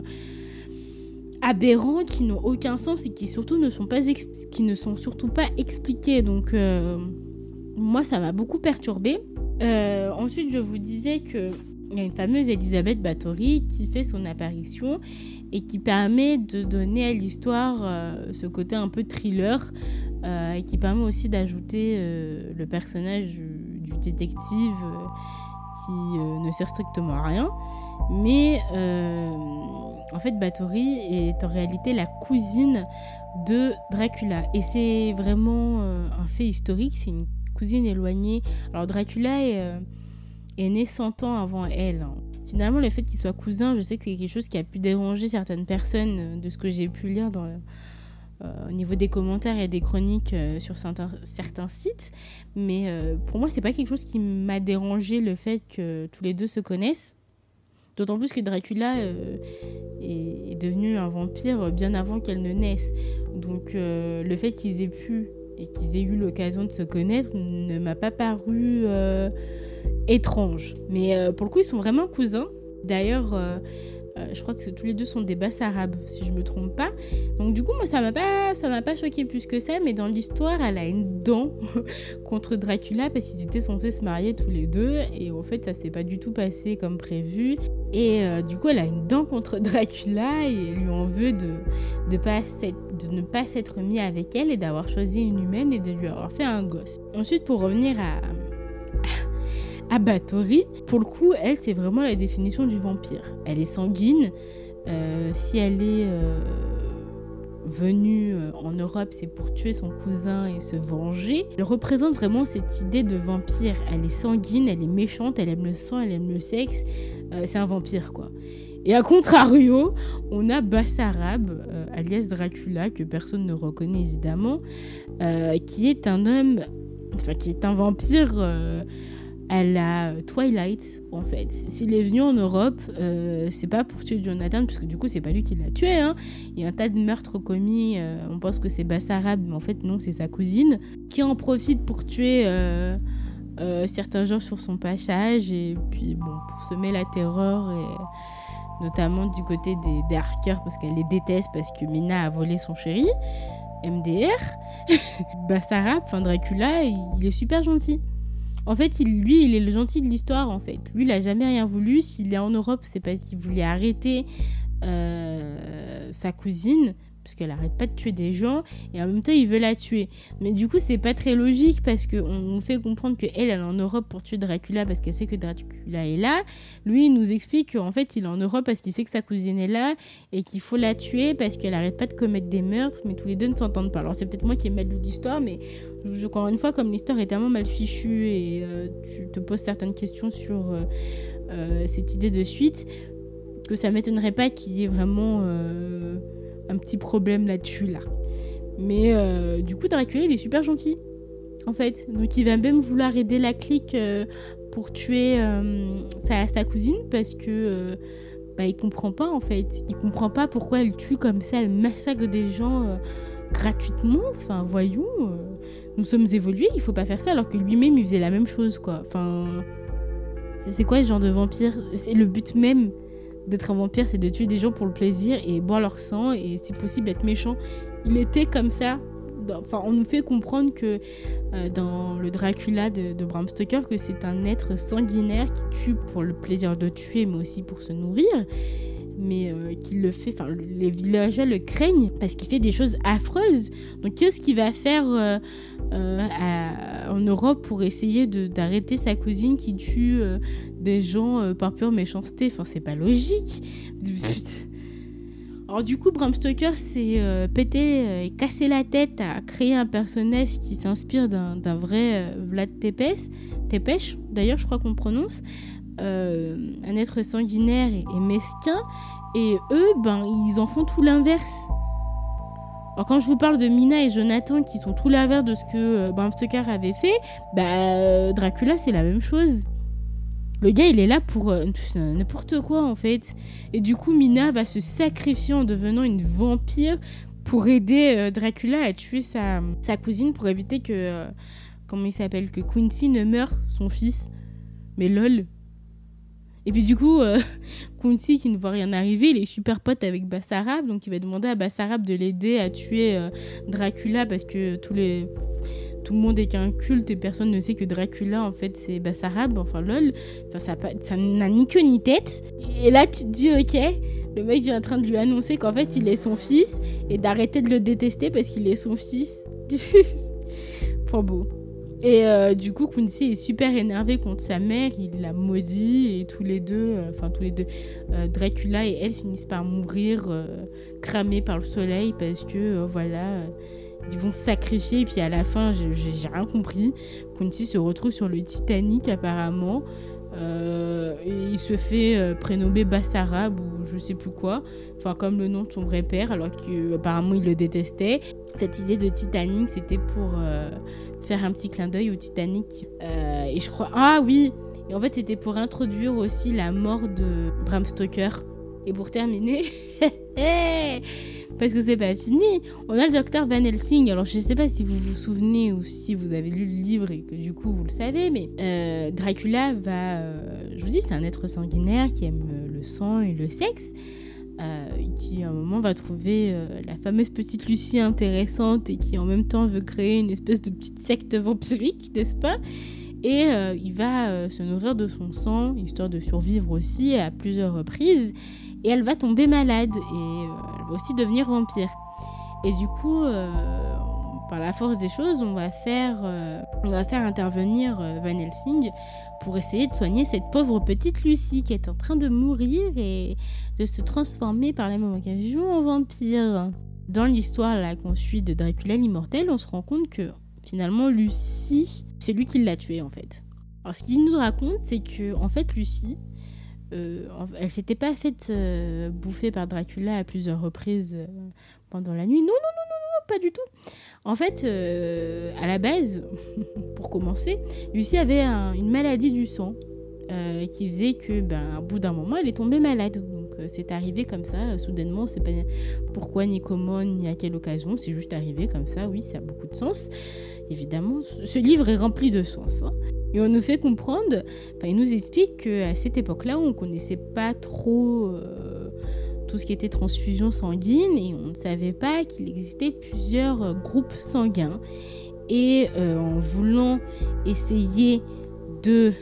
aberrants qui n'ont aucun sens et qui surtout ne sont pas exp- qui ne sont surtout pas expliqués. Donc euh, moi ça m'a beaucoup perturbée. Euh, ensuite je vous disais que il y a une fameuse Elisabeth Bathory qui fait son apparition et qui permet de donner à l'histoire euh, ce côté un peu thriller euh, et qui permet aussi d'ajouter euh, le personnage du, du détective euh, qui euh, ne sert strictement à rien, mais euh, en fait, Bathory est en réalité la cousine de Dracula. Et c'est vraiment euh, un fait historique. C'est une cousine éloignée. Alors, Dracula est, euh, est né cent ans avant elle. Hein. Finalement, le fait qu'ils soient cousins, je sais que c'est quelque chose qui a pu déranger certaines personnes euh, de ce que j'ai pu lire dans, euh, au niveau des commentaires et des chroniques euh, sur certains, certains sites. Mais euh, pour moi, c'est pas quelque chose qui m'a dérangé, le fait que tous les deux se connaissent. D'autant plus que Dracula euh, est, est devenu un vampire bien avant qu'elle ne naisse. Donc euh, le fait qu'ils aient pu et qu'ils aient eu l'occasion de se connaître ne m'a pas paru euh, étrange. Mais euh, pour le coup, ils sont vraiment cousins. D'ailleurs, euh, euh, je crois que tous les deux sont des Bassarabes, si je me trompe pas. Donc du coup, moi, ça m'a pas, ça m'a pas choqué plus que ça. Mais dans l'histoire, elle a une dent contre Dracula parce qu'ils étaient censés se marier tous les deux. Et en fait, ça s'est pas du tout passé comme prévu. Et euh, du coup, elle a une dent contre Dracula et elle lui en veut de, de, pas de ne pas s'être mis avec elle et d'avoir choisi une humaine et de lui avoir fait un gosse. Ensuite, pour revenir à, à Bathory, pour le coup, elle, c'est vraiment la définition du vampire. Elle est sanguine. Euh, si elle est euh, venue en Europe, c'est pour tuer son cousin et se venger. Elle représente vraiment cette idée de vampire. Elle est sanguine, elle est méchante, elle aime le sang, elle aime le sexe. Euh, c'est un vampire, quoi. Et à contrario, on a Bassarab, euh, alias Dracula, que personne ne reconnaît évidemment, euh, qui est un homme, enfin qui est un vampire euh, à la Twilight, en fait. S'il est venu en Europe, euh, c'est pas pour tuer Jonathan, parce que du coup, c'est pas lui qui l'a tué, hein. Il y a un tas de meurtres commis, euh, on pense que c'est Bassarab, mais en fait, non, c'est sa cousine, qui en profite pour tuer... Euh, Euh, certains gens sur son passage et puis bon pour semer la terreur et notamment du côté des, des Harkers parce qu'elle les déteste parce que Mina a volé son chéri M D R. Bassarab, enfin Dracula, il, il est super gentil. En fait, il, lui, il est le gentil de l'histoire en fait. Lui, il a jamais rien voulu. S'il est en Europe, c'est parce qu'il voulait arrêter euh, sa cousine. Parce qu'elle arrête pas de tuer des gens et en même temps il veut la tuer. Mais du coup c'est pas très logique parce qu'on nous fait comprendre qu'elle elle est en Europe pour tuer Dracula parce qu'elle sait que Dracula est là. Lui il nous explique qu'en fait il est en Europe parce qu'il sait que sa cousine est là et qu'il faut la tuer parce qu'elle arrête pas de commettre des meurtres, mais tous les deux ne s'entendent pas. Alors c'est peut-être moi qui ai mal lu l'histoire, mais encore une fois comme l'histoire est tellement mal fichue et euh, tu te poses certaines questions sur euh, euh, cette idée de suite que ça m'étonnerait pas qu'il y ait vraiment... Euh, un petit problème là-dessus là. Mais euh, du coup Dracula il est super gentil en fait, donc il va même vouloir aider la clique euh, pour tuer euh, sa, sa cousine parce que euh, bah, il comprend pas en fait, il comprend pas pourquoi elle tue comme ça, elle massacre des gens euh, gratuitement, enfin voyons euh, nous sommes évolués, il faut pas faire ça alors que lui-même il faisait la même chose quoi, enfin c'est, c'est quoi ce genre de vampire, c'est le but même d'être un vampire, c'est de tuer des gens pour le plaisir et boire leur sang et si possible être méchant. Il était comme ça. Enfin, on nous fait comprendre que euh, dans le Dracula de, de Bram Stoker, que c'est un être sanguinaire qui tue pour le plaisir de tuer, mais aussi pour se nourrir. Mais euh, qu'il le fait, enfin, les villageois le craignent parce qu'il fait des choses affreuses. Donc, qu'est-ce qu'il va faire euh, euh, à, en Europe pour essayer de, d'arrêter sa cousine qui tue euh, des gens euh, par pure méchanceté? Enfin, c'est pas logique. Alors, du coup, Bram Stoker s'est euh, pété et euh, cassé la tête à créer un personnage qui s'inspire d'un, d'un vrai euh, Vlad Tepes, Tepes, d'ailleurs, je crois qu'on prononce. Euh, un être sanguinaire et, et mesquin, et eux ben ils en font tout l'inverse. Alors quand je vous parle de Mina et Jonathan qui sont tout l'inverse de ce que euh, Bram Stoker avait fait, bah euh, Dracula c'est la même chose. Le gars il est là pour euh, n'importe quoi en fait, et du coup Mina va se sacrifier en devenant une vampire pour aider euh, Dracula à tuer sa, sa cousine pour éviter que euh, comment il s'appelle, que Quincy ne meure, son fils. Mais lol. Et puis du coup, euh, Quincy qui ne voit rien arriver, il est super pote avec Bassarab, donc il va demander à Bassarab de l'aider à tuer euh, Dracula parce que tous les... tout le monde est qu'un culte et personne ne sait que Dracula en fait c'est Bassarab, enfin lol, enfin, ça, ça n'a ni queue ni tête. Et là tu te dis ok, le mec est en train de lui annoncer qu'en fait il est son fils et d'arrêter de le détester parce qu'il est son fils. Enfin beau. Et euh, du coup, Quincy est super énervé contre sa mère, il la maudit et tous les deux, enfin euh, tous les deux, euh, Dracula et elle finissent par mourir euh, cramés par le soleil parce que euh, voilà, euh, ils vont se sacrifier et puis à la fin, j'ai, j'ai rien compris. Quincy se retrouve sur le Titanic apparemment. Euh, et il se fait euh, prénommer Bassarab ou je sais plus quoi, enfin comme le nom de son vrai père, alors qu'apparemment il le détestait. Cette idée de Titanic, c'était pour euh, faire un petit clin d'œil au Titanic. Euh, et je crois... Ah oui. Et en fait, c'était pour introduire aussi la mort de Bram Stoker. Et pour terminer, parce que c'est pas fini, on a le docteur Van Helsing. Alors je sais pas si vous vous souvenez ou si vous avez lu le livre et que du coup vous le savez, mais euh, Dracula va... Euh, je vous dis, c'est un être sanguinaire qui aime le sang et le sexe. Euh, qui à un moment va trouver euh, la fameuse petite Lucie intéressante et qui en même temps veut créer une espèce de petite secte vampirique, n'est-ce pas ? Et euh, il va euh, se nourrir de son sang, histoire de survivre aussi à plusieurs reprises. Et elle va tomber malade et euh, elle va aussi devenir vampire. Et du coup, euh, par la force des choses, on va faire, euh, on va faire intervenir euh, Van Helsing pour essayer de soigner cette pauvre petite Lucie qui est en train de mourir et de se transformer par la même occasion en vampire. Dans l'histoire là qu'on suit de Dracula l'immortel, on se rend compte que finalement Lucie, c'est lui qui l'a tuée en fait. Alors ce qu'il nous raconte, c'est que en fait Lucie, euh, elle s'était pas faite euh, bouffer par Dracula à plusieurs reprises euh, pendant la nuit. Non, non, non, non, non, pas du tout. En fait, euh, à la base, pour commencer, Lucie avait un, une maladie du sang euh, qui faisait que, ben, au bout d'un moment, elle est tombée malade. Donc euh, c'est arrivé comme ça, euh, soudainement. On sait pas pourquoi, ni comment, ni à quelle occasion. C'est juste arrivé comme ça. Oui, ça a beaucoup de sens. Évidemment, ce livre est rempli de sens. Hein. Et on nous fait comprendre, enfin, il nous explique qu'à cette époque-là, on ne connaissait pas trop euh, tout ce qui était transfusion sanguine et on ne savait pas qu'il existait plusieurs euh, groupes sanguins. Et euh, en voulant essayer de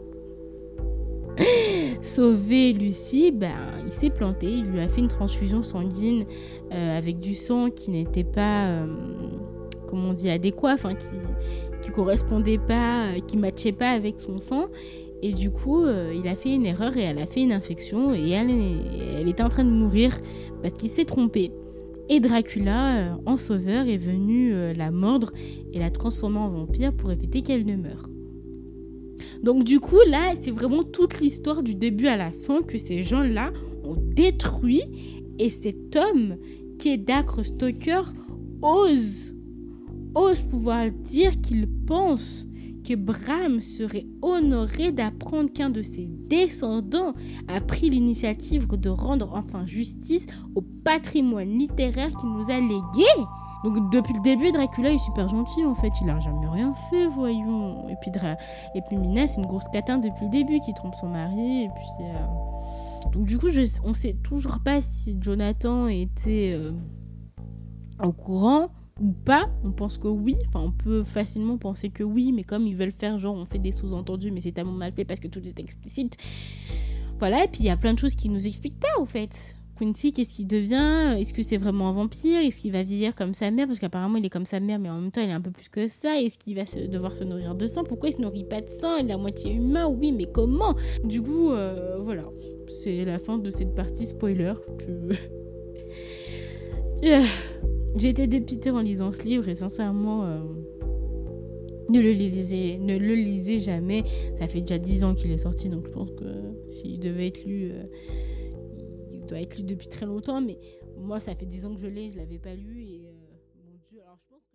sauver Lucie, ben, il s'est planté. Il lui a fait une transfusion sanguine euh, avec du sang qui n'était pas, euh, comment on dit, adéquat, enfin qui qui correspondait pas, euh, qui matchait pas avec son sang. Et du coup, euh, il a fait une erreur et elle a fait une infection et elle, elle était en train de mourir parce qu'il s'est trompé. Et Dracula, euh, en sauveur, est venu euh, la mordre et la transformer en vampire pour éviter qu'elle ne meure. Donc du coup, là, c'est vraiment toute l'histoire du début à la fin que ces gens-là ont détruit. Et cet homme, qui est Dacre Stoker, ose ose pouvoir dire qu'il pense que Bram serait honoré d'apprendre qu'un de ses descendants a pris l'initiative de rendre enfin justice au patrimoine littéraire qu'il nous a légué. Donc depuis le début, Dracula est super gentil en fait, il a jamais rien fait, voyons. Et puis, Dra- et puis Mina, c'est une grosse catin depuis le début qui trompe son mari. Et puis, euh... donc du coup, je... on sait toujours pas si Jonathan était euh... au courant ou pas. On pense que oui, enfin on peut facilement penser que oui, mais comme ils veulent faire genre on fait des sous-entendus, mais c'est tellement mal fait parce que tout est explicite. Voilà, et puis il y a plein de choses qui nous expliquent pas au fait. Quincy, qu'est-ce qu'il devient ? Est-ce que c'est vraiment un vampire ? Est-ce qu'il va vieillir comme sa mère ? Parce qu'apparemment il est comme sa mère, mais en même temps il est un peu plus que ça. Est-ce qu'il va se... devoir se nourrir de sang ? Pourquoi il se nourrit pas de sang ? Il est à moitié humain, oui, mais comment ? Du coup, euh, voilà, c'est la fin de cette partie spoiler. Que... yeah. J'ai été dépitée en lisant ce livre et sincèrement, euh, ne, le lisez, ne le lisez jamais. Ça fait déjà dix ans qu'il est sorti, donc je pense que s'il devait être lu, euh, il doit être lu depuis très longtemps. Mais moi, ça fait dix ans que je l'ai, je ne l'avais pas lu. Et euh, mon Dieu, alors je pense